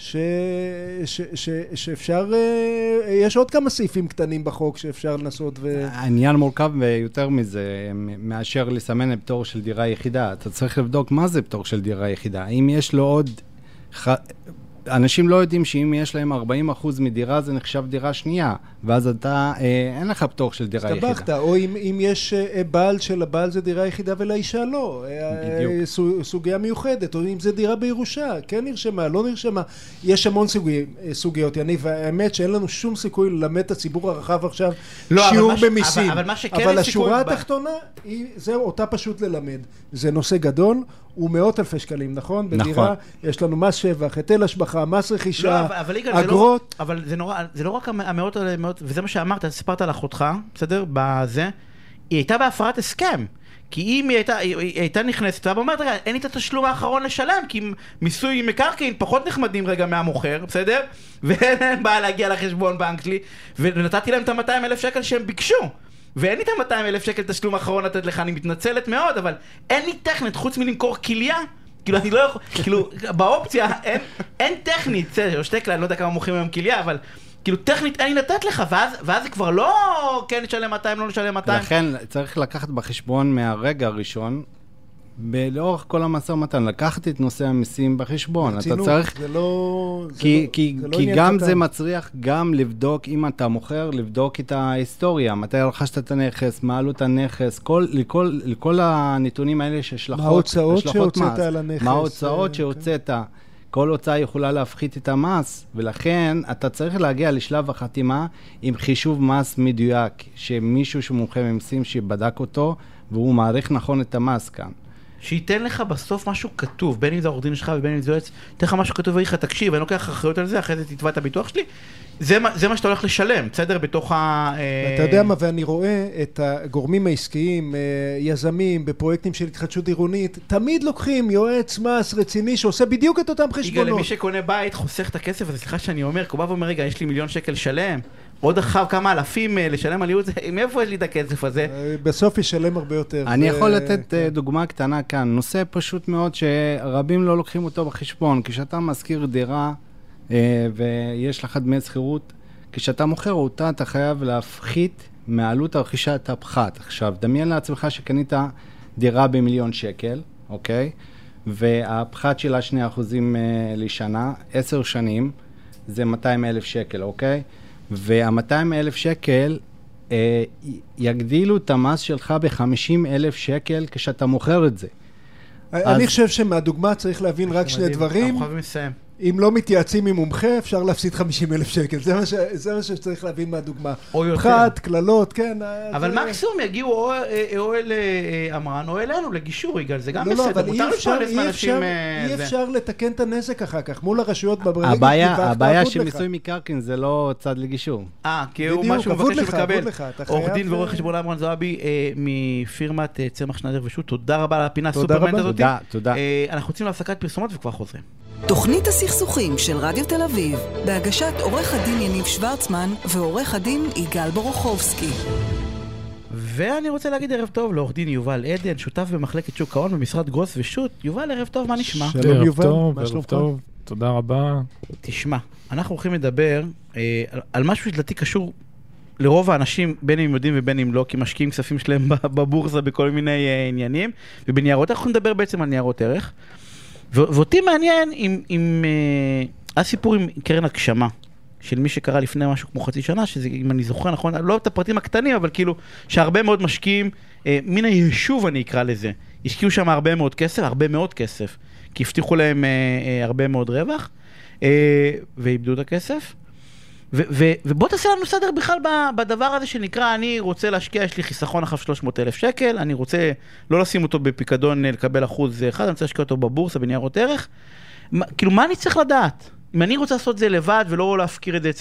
שאפשר, יש עוד כמה סעיפים קטנים בחוק שאפשר לנסות העניין מורכב ויותר מזה, מאשר לסמן פטור של דירה יחידה. אתה צריך לבדוק מה זה פטור של דירה יחידה. אם יש לו עוד... אנשים לא יודעים שאם יש להם 40% מדירה, זה נחשב דירה שנייה, ואז אתה, אין לך פטור של דירה יחידה. הסתבכת, או אם יש בעל של הבעל זה דירה יחידה ולאישה לא. סוגיה מיוחדת, או אם זה דירה בירושה, כן נרשמה, לא נרשמה. יש המון סוגיות, והאמת שאין לנו שום סיכוי ללמד את הציבור הרחב עכשיו שיעור במיסים. אבל השורה התחתונה, זה אותה פשוט ללמד. זה נושא גדול, הוא מאות אלפי שקלים, נכון? בדירה יש לנו מס שבח, היטל השבחה, מס רכישה, אגרות. אבל זה לא רק המאות, וזה מה שאמרת, סיפרת על אחותך, בסדר? בזה, היא הייתה בהפרת הסכם. כי אם היא הייתה נכנסת, ואבא אומרת, רגע, אין לי את התשלום האחרון לשלם, כי מיסוי מקרקעין פחות נחמדים רגע מהמוכר, בסדר? ואין בעיה להגיע לחשבון בנק שלי, ונתתי להם את ה-200,000 שקל שהם ביקשו. ואין לי את ה-200,000 שקל תשלום האחרון לתת לך, אני מתנצלת מאוד, אבל אין לי טכנית, חוץ מלמכור כליה, כאילו אני לא יכול, כאילו באופציה אין טכנית, בסדר, שטקלה, אני לא יודע כמה מוכרים היום כליה, אבל כאילו טכנית אין לי לתת לך, ואז זה כבר לא כן נשלם 200, לא נשלם 200. לכן צריך לקחת בחשבון מהרגע הראשון, לאורך כל המשא ומתן, לקחת את נושא המיסים בחשבון. אתה צריך... כי גם זה מצריך גם לבדוק, אם אתה מוכר, לבדוק את ההיסטוריה, מתי רכשת את הנכס, מה עלות הנכס, לכל הנתונים האלה שהשלכות מס. מה ההוצאות שהוצאת על הנכס. מה ההוצאות שהוצאת. כל הוצאה יכולה להפחית את המס, ולכן אתה צריך להגיע לשלב החתימה עם חישוב מס מדויק, שמישהו שמומחה ממיסים שבדק אותו, והוא מעריך נכון את המס כאן. שייתן לך בסוף משהו כתוב, בין אם זה העורך דין שלך ובין אם זה יועץ, תן לך משהו כתוב ואיך תקשיב, אני לוקח אחריות על זה, אחרי זה תתבע את הביטוח שלי, זה מה שאתה הולך לשלם, בסדר? בתוך ה... אתה יודע מה, ואני רואה את הגורמים העסקיים, יזמים, בפרויקטים של התחדשות עירונית, תמיד לוקחים יועץ מס רציני שעושה בדיוק את אותם חשבונות. למי שקונה בית, חוסך את הכסף הזה, סליחה שאני אומר, הוא בא ואומר, רגע, יש לי 1,000,000 שקל שלם, עוד אחר כמה אלפים לשלם על ייעוץ, מאיפה יש לי את הכסף הזה? בסוף ישלם הרבה יותר. אני יכול לתת דוגמה קטנה כאן, נושא פשוט מאוד שרבים לא לוקחים אותו בחשבון, כשאתה מזכיר דירה ויש לך דמי שכירות, כשאתה מוכר אותה אתה חייב להפחית מעלות הרכישה את הפחת. עכשיו, דמיין לעצמך שקנית דירה ב1,000,000 שקל, אוקיי? והפחת שלה 2% לשנה, 10 שנים, זה 200,000 שקל, אוקיי? וה-200,000 שקל יגדילו את המס שלך ב50,000 שקל כשאתה מוכר את זה. אני חושב שמהדוגמה צריך להבין רק שני דברים. אם לא מתייעצים עם מומחה, אפשר להפסיד 50,000 שקל. זה מה שצריך להבין מהדוגמה. פחת, כללות, כן. אבל מקסימום יגיעו או אל אמרן או אלינו לגישור, יגאל, זה גם בסדר. אבל אי אפשר לתקן את הנזק אחר כך, מול הרשויות בברגע. הבעיה שמיסוי מקרקעין זה לא צד לגישור. כי הוא משהו מבקש לקבל. עורך דין ועורך חשבון אמרן זועבי מפירמת צמח שנדר ושות', תודה רבה על הפינה הסופרמנט הזאת. תודה. אנחנו רוצים להפסקת פרסומות וכבר חוזרים. תוכנית הסכסוכים של רדיו תל אביב, בהגשת עורך הדין יניב שוורצמן ועורך הדין יגאל בורוכובסקי. ואני רוצה להגיד ערב טוב לעורך דין יובל עדן, שותף במחלקת שוק ההון במשרד גרוס ושות'. יובל, ערב טוב, מה נשמע? שלום יובל, ערב טוב, תודה רבה. תשמע, אנחנו הולכים לדבר על משהו שלדעתי קשור לרוב האנשים, בין אם יודעים ובין אם לא, כי משקיעים כספים שלהם בבורסה בכל מיני עניינים, ובניירות אנחנו נדבר בעצם על ניירות ערך. ואותי מעניין עם הסיפור עם קרן הגשמה, של מי שקרה לפני משהו כמו חצי שנה, שזה, אם אני זוכר נכון, לא את הפרטים הקטנים, אבל כאילו, שהרבה מאוד משקיעים, מן היישוב אני אקרא לזה, השקיעו שם הרבה מאוד כסף, כי הבטיחו להם הרבה מאוד רווח, ואיבדו את הכסף. ובוא תעשה לנו סדר בכלל בדבר הזה שנקרא, אני רוצה להשקיע, יש לי חיסכון אחר 300,000 שקל, אני רוצה לא לשים אותו בפיקדון לקבל 1%, אני רוצה להשקיע אותו בבורסה, בניירות ערך. כאילו, מה אני צריך לדעת? אם אני רוצה לעשות את זה לבד ולא להפקיר את זה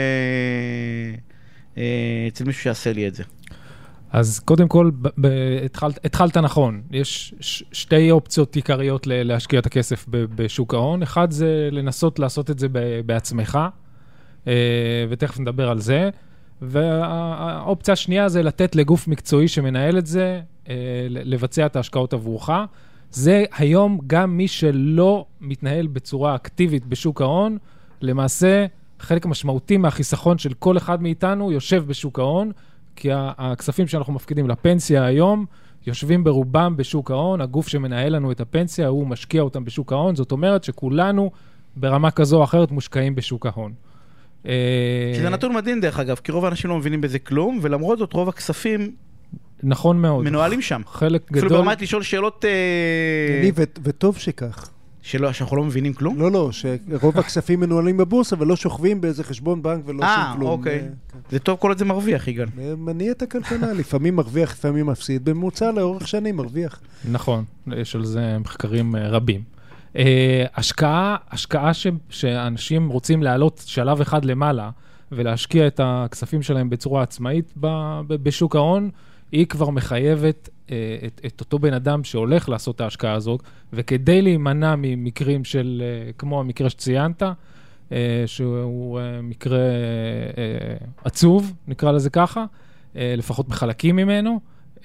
אצל מישהו שיעשה לי את זה. אז קודם כל, התחלת נכון. יש שתי אופציות עיקריות להשקיע את הכסף בשוק ההון. אחד זה לנסות לעשות את זה בעצמך, ותכף נדבר על זה. והאופציה השנייה זה לתת לגוף מקצועי שמנהל את זה, לבצע את ההשקעות עבורך. זה היום גם מי שלא מתנהל בצורה אקטיבית בשוק ההון, למעשה חלק משמעותי מהחיסכון של כל אחד מאיתנו יושב בשוק ההון, כי הכספים שאנחנו מפקידים לפנסיה היום יושבים ברובם בשוק ההון, הגוף שמנהל לנו את הפנסיה הוא משקיע אותם בשוק ההון, זאת אומרת שכולנו ברמה כזו או אחרת מושקעים בשוק ההון. שזה נתון מדהים דרך אגב, כי רוב האנשים לא מבינים בזה כלום, ולמרות זאת רוב הכספים נכון מאוד. מנוהלים שם. חלק גדול. אפילו ברמת לשאול שאלות... וטוב שכך. שאנחנו לא מבינים כלום? לא, שרוב הכספים מנוהלים בבורסה ולא שוכבים באיזה חשבון בנק ולא שום כלום. אוקיי. זה טוב, כל עוד זה מרוויח, יגאל. מניע את הכלכלה, לפעמים מרוויח, לפעמים מפסיד. בממוצע לאורך שנים מרוויח. נכון, יש על זה מחקרים רבים. השקעה שאנשים רוצים לעלות שלב אחד למעלה ולהשקיע את הכספים שלהם בצורה עצמאית בשוק ההון, היא כבר מחייבת את אותו בן אדם שהולך לעשות את ההשקעה הזאת, וכדי להימנע ממקרים של, כמו המקרה שציינת, שהוא מקרה עצוב, נקרא לזה ככה, לפחות בחלקים ממנו,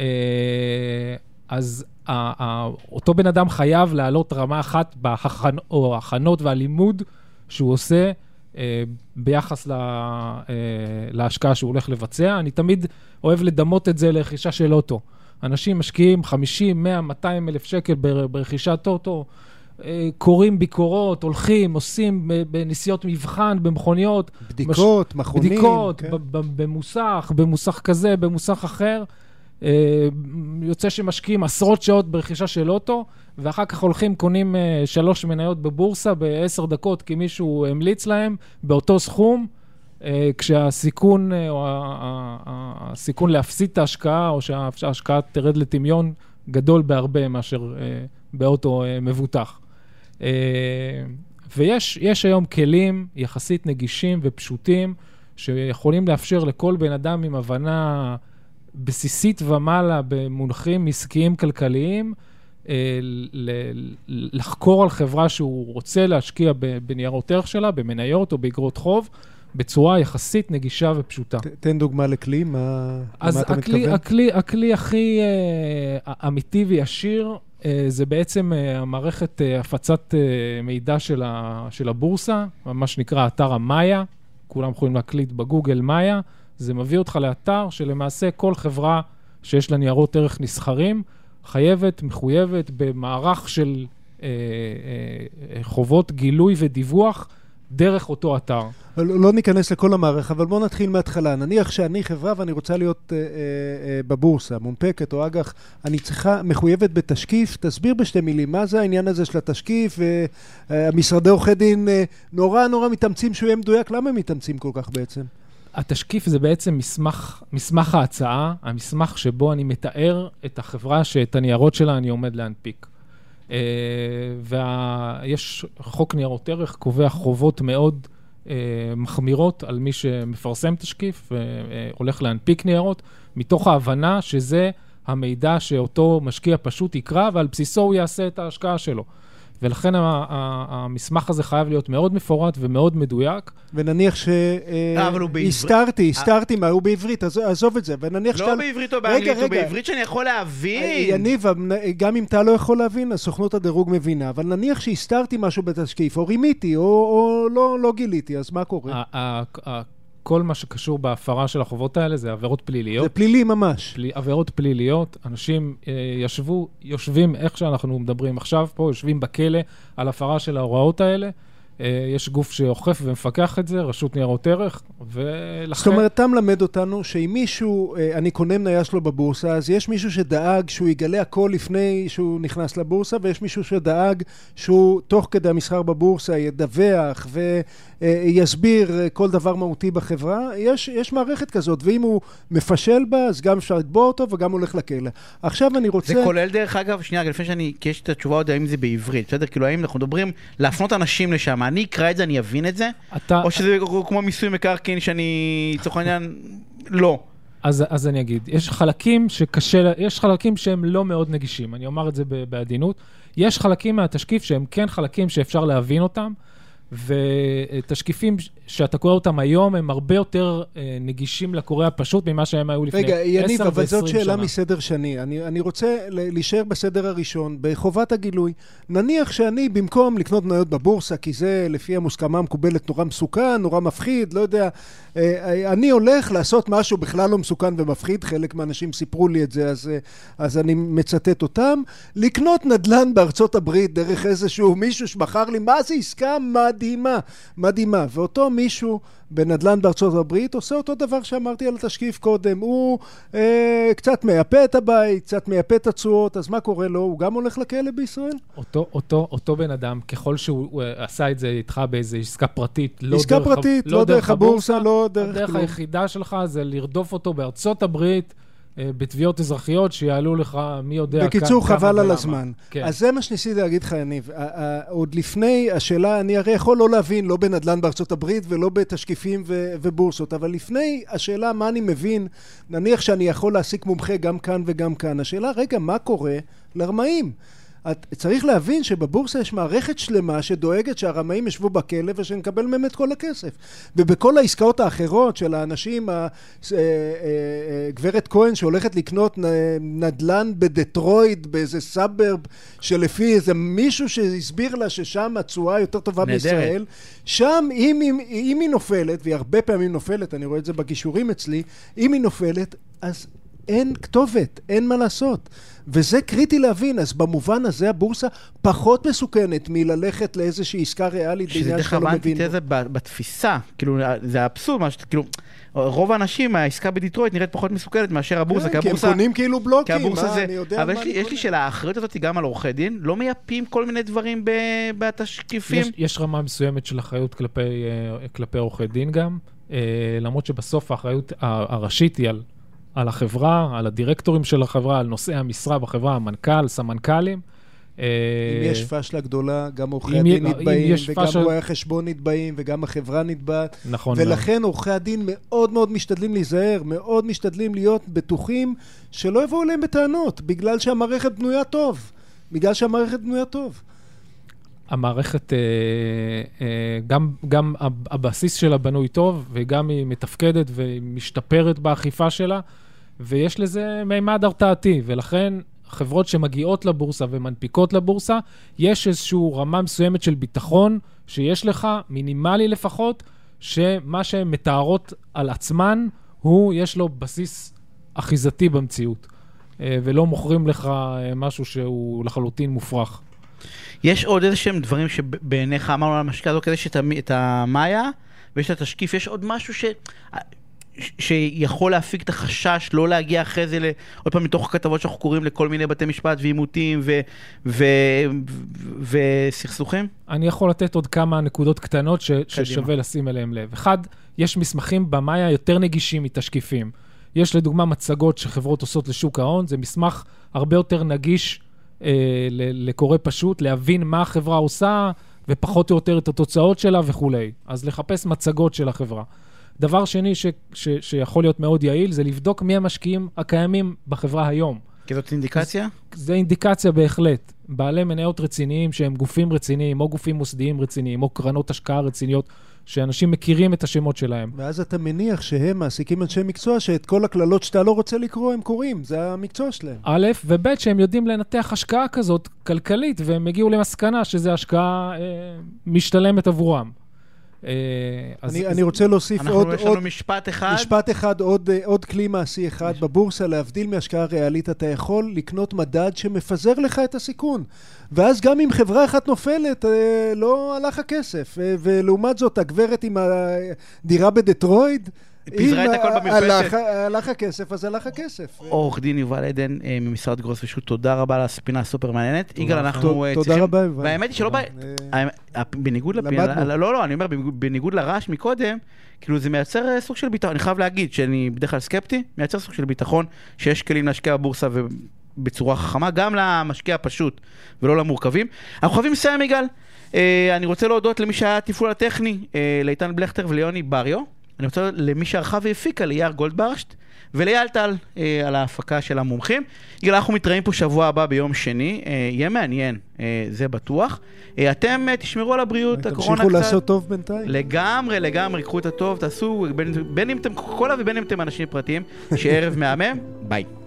אז אותו בן אדם חייב לעלות רמה אחת בהכנות והלימוד שהוא עושה ביחס להשקעה שהוא הולך לבצע. אני תמיד אוהב לדמות את זה לרכישה של אוטו. אנשים משקיעים 50, 100, 200 אלף שקל ברכישת אוטו, קוראים ביקורות, הולכים, עושים בנסיעות מבחן, במכוניות. בדיקות, מכונים. בדיקות, כן. במוסך כזה, במוסך אחר. יוצא שמשקיעים עשרות שעות ברכישה של אוטו, ואחר כך הולכים, קונים 3 מניות בבורסה ב10 דקות, כי מישהו המליץ להם באותו סכום, כשהסיכון, או הסיכון להפסיד את ההשקעה, או שההשקעה תרד לטמיון גדול בהרבה מאשר באוטו מבוטח. ויש היום כלים יחסית נגישים ופשוטים, שיכולים לאפשר לכל בן אדם עם הבנה בסיסית ומעלה במונחים עסקיים כלכליים, לחקור על חברה שהוא רוצה להשקיע בניירות ערך שלה, במניות או באגרות חוב, בצורה יחסית נגישה ופשוטה. תן דוגמה לכלי, מה אתה מתכוון? הכלי הכי אמיתי וישיר, זה בעצם המערכת הפצת מידע של הבורסה, מה שנקרא אתר המאיה, כולם יכולים להקליט בגוגל מאיה, זה מביא אותך לאתר שלמעשה כל חברה שיש לה ניירות ערך נסחרים, מחויבת במערך של חובות גילוי ודיווח דרך אותו אתר. לא ניכנס לכל המערך, אבל בואו נתחיל מההתחלה. נניח שאני חברה ואני רוצה להיות בבורסה, מונפקת או אג"ח, אני צריכה, מחויבת בתשקיף, תסביר בשתי מילים, מה זה העניין הזה של התשקיף, המשרדי עורכי דין נורא מתאמצים שהוא יהיה מדויק, למה הם מתאמצים כל כך בעצם? התשקיף זה בעצם מסמך ההצעה, המסמך שבו אני מתאר את החברה שאת הניירות שלה אני עומד להנפיק. ויש חוק ניירות ערך, קובע חובות מאוד מחמירות על מי שמפרסם תשקיף, הולך להנפיק ניירות, מתוך ההבנה שזה המידע שאותו משקיע פשוט יקרא, ועל בסיסו הוא יעשה את ההשקעה שלו. ולכן המסמך הזה חייב להיות מאוד מפורט ומאוד מדויק. ונניח הסתרתי מה, הוא בעברית, עזוב את זה. לא בעברית או באנגלית, הוא בעברית שאני יכול להבין. יניב, גם אם אתה לא יכול להבין, הסוכנות הדירוג מבינה, אבל נניח שהסתרתי משהו בתשקיף, או רימיתי, או לא גיליתי, אז מה קורה? כל מה שקשור בהפרה של החובות האלה זה עבירות פליליות. זה פלילי ממש. עבירות פליליות, אנשים יושבים, איך שאנחנו מדברים עכשיו פה, יושבים בכלא על הפרה של ההוראות האלה. יש גוף שאוכף ומפקח את זה, רשות ניירות ערך, ולכן... זאת אומרת, אתה מלמד אותנו שאם מישהו, אני קונה מניה שלו בבורסה, אז יש מישהו שדאג שהוא יגלה הכל לפני שהוא נכנס לבורסה, ויש מישהו שדאג שהוא תוך כדי המסחר בבורסה ידווח ויסביר כל דבר מהותי בחברה. יש מערכת כזאת, ואם הוא מפשל בה, אז גם אפשר לתבוע אותו וגם הולך לכלא. עכשיו אני רוצה... זה כולל דרך אגב, שנייה, לפני שאני קש את התשובה עוד האם זה בעברית, בסדר? כאילו האם אנחנו מדברים להפנות אנשים לשם, אני אקרא את זה, אני אבין את זה? או שזה כמו מיסוי מקרקעין שאני, לצורך העניין, לא. אז אני אגיד, יש חלקים שהם לא מאוד נגישים, אני אומר את זה בעדינות. יש חלקים מהתשקיף שהם כן חלקים שאפשר להבין אותם, ותשקיפים שאתה קורא אותם היום הם הרבה יותר נגישים לקורא הפשוט ממה שהם היו לפני 10 ו-20 שנה. רגע, יניב, אבל זאת שאלה מסדר שני. אני רוצה להישאר בסדר הראשון, בחובת הגילוי. נניח שאני במקום לקנות מניות בבורסה, כי זה לפי המוסכמה המקובלת נורא מסוכן, נורא מפחיד, לא יודע, אני הולך לעשות משהו בכלל לא מסוכן ומפחיד, חלק מהאנשים סיפרו לי את זה, אז אני מצטט אותם, לקנות נדל"ן בארצות הברית דרך איזשהו מישהו שמכר לי, מה זה עסקה מדהימה, ואותו מישהו בנדל"ן בארצות הברית עושה אותו דבר שאמרתי על התשקיף קודם, הוא קצת מייפה את הבית, קצת מייפה את התשואות, אז מה קורה לו? הוא גם הולך לכלא בישראל? אותו בן אדם, ככל שהוא עשה את זה איתך באיזו עסקה פרטית, לא דרך הבורסה, לא דרך הדרך היחידה שלך זה לרדוף אותו בארצות הברית, בתביעות אזרחיות שיעלו לך מי יודע בקיצור, חבל על הזמן. אז זה מה שניסיתי להגיד לך, יניב. עוד לפני השאלה, אני הרי יכול לא להבין, לא בנדל"ן בארצות הברית ולא בתשקיפים ובורסות, אבל לפני השאלה מה אני מבין, נניח שאני יכול להסיק מומחה גם כאן וגם כאן. השאלה, רגע, מה קורה לרמאים? צריך להבין שבבורסה יש מערכת שלמה שדואגת שהרמאים ישבו בכלא ושנקבל מהם את כל הכסף. ובכל העסקאות האחרות של האנשים, גברת כהן שהולכת לקנות נדל"ן בדטרויד באיזה סאברב שלפי איזה מישהו שהסביר לה ששם התשואה יותר טובה בישראל, שם אם היא נופלת, והיא הרבה פעמים נופלת, אני רואה את זה בגישורים אצלי, אם היא נופלת, אז אין כתובת, אין מה לעשות. וזה קריטי להבין, אז במובן הזה הבורסה פחות מסוכנת מללכת לאיזושהי עסקה ריאלית בעניין שאתה לא מבין. שזה בתפיסה, כאילו, זה האבסורד, כאילו, רוב האנשים, העסקה בדיטרויט נראית פחות מסוכנת מאשר הבורסה, כי הם קונים כאילו בלוקים, אני יודע מה... אבל יש לי שאלה, האחריות הזאת גם על עורכי דין, לא מייפים כל מיני דברים בתשקיפים? יש רמה מסוימת של אחריות כלפי עורכי דין גם, למרות שבסוף האחריות הראשית היא על החברה, על הדירקטורים של החברה, על נושאי המשרה בחברה, המנכ"ל, סמנכ"לים. אם יש פשלה גדולה, גם עורכי הדין נתבעים, וגם רואי החשבון נתבעים, וגם החברה נתבעת. נכון. ולכן עורכי הדין מאוד מאוד משתדלים להיזהר, מאוד משתדלים להיות בטוחים שלא יבואו להם בטענות, בגלל שהמערכת בנויה טוב. המערכת, גם הבסיס שלה בנוי טוב, וגם היא מתפקדת ומשתפרת באכיפה שלה, ויש לזה מימד הרתעתי, ולכן חברות שמגיעות לבורסה ומנפיקות לבורסה, יש איזושהי רמה מסוימת של ביטחון, שיש לך, מינימלי לפחות, שמה שהן מתארות על עצמן, יש לו בסיס אחיזתי במציאות, ולא מוכרים לך משהו שהוא לחלוטין מופרך. יש עוד איזה שהם דברים שבעיניך אמרנו על המשקיע הזו, כדי שאת המאיה ויש את התשקיף, יש עוד משהו שיכול להפיק את החשש, לא להגיע אחרי זה, עוד פעם מתוך הכתבות שאנחנו קוראים לכל מיני בתי משפט ועימותים וסכסוכים? אני יכול לתת עוד כמה נקודות קטנות ששווה לשים אליהם לב. אחד, יש מסמכים במאיה יותר נגישים מתשקיפים. יש לדוגמה מצגות שחברות עושות לשוק ההון, זה מסמך הרבה יותר נגיש לקורא פשוט, להבין מה החברה עושה, ופחות או יותר את התוצאות שלה וכו'. אז לחפש מצגות של החברה. דבר שני שיכול להיות מאוד יעיל, זה לבדוק מי המשקיעים הקיימים בחברה היום. כי זאת אינדיקציה? זה אינדיקציה בהחלט. בעלי מניות רציניים שהם גופים רציניים, או גופים מוסדיים רציניים, או קרנות השקעה רציניות, שאנשים מכירים את השמות שלהם. ואז אתה מניח שהם מעסיקים אנשי מקצוע, שאת כל הכללות שאתה לא רוצה לקרוא, הם קוראים. זה המקצוע שלהם. א', וב', שהם יודעים לנתח השקעה כזאת כלכלית, והם הגיעו למסקנה שזה השקעה משתלמת עבורם. אני רוצה להוסיף יש לנו משפט אחד. עוד כלי מעשי אחד בבורסה, להבדיל מהשקעה ריאלית, אתה יכול לקנות מדד שמפזר לך את הסיכון, ואז גם אם חברה אחת נופלת, לא הלך הכסף, ולעומת זאת הגברת עם הדירה בדטרויד, פיזרה את הכל במרפסת. הלך הכסף, אז הלך הכסף. עורך דין יובל עדן ממשרד גרוס ושות', תודה רבה על הספינה הסופר מעניינת. יגאל, אנחנו צריכים... תודה רבה, יובל. והאמת היא שלא בניגוד לפינה, לא, אני אומר, בניגוד לרעש מקודם, כאילו זה מייצר סוג של ביטחון. אני חייב להגיד שאני בדרך כלל סקפטי, מייצר סוג של ביטחון שיש כלים להשקיע בבורסה בצורה חכמה, גם למשקיע הפשוט ולא למורכבים. אנחנו חייבים לסיים, יגאל. אני רוצה להודות למי שהיה תפעול הטכני, לאיתן בלכטר וליוני בריו. אני רוצה למי שערכה והפיקה, ליאר גולדברשט ולאייל טל על ההפקה של המומחים. יגאל, אנחנו מתראים פה שבוע הבא ביום שני, יהיה מעניין, זה בטוח. אתם תשמרו על הבריאות, הקורונה קצת... תמשיכו לעשות טוב בינתיים. לגמרי, קחו את הטוב, תעשו, בין אם אתם קוקולה ובין אם אתם אנשים פרטיים, שערב מהמם, ביי.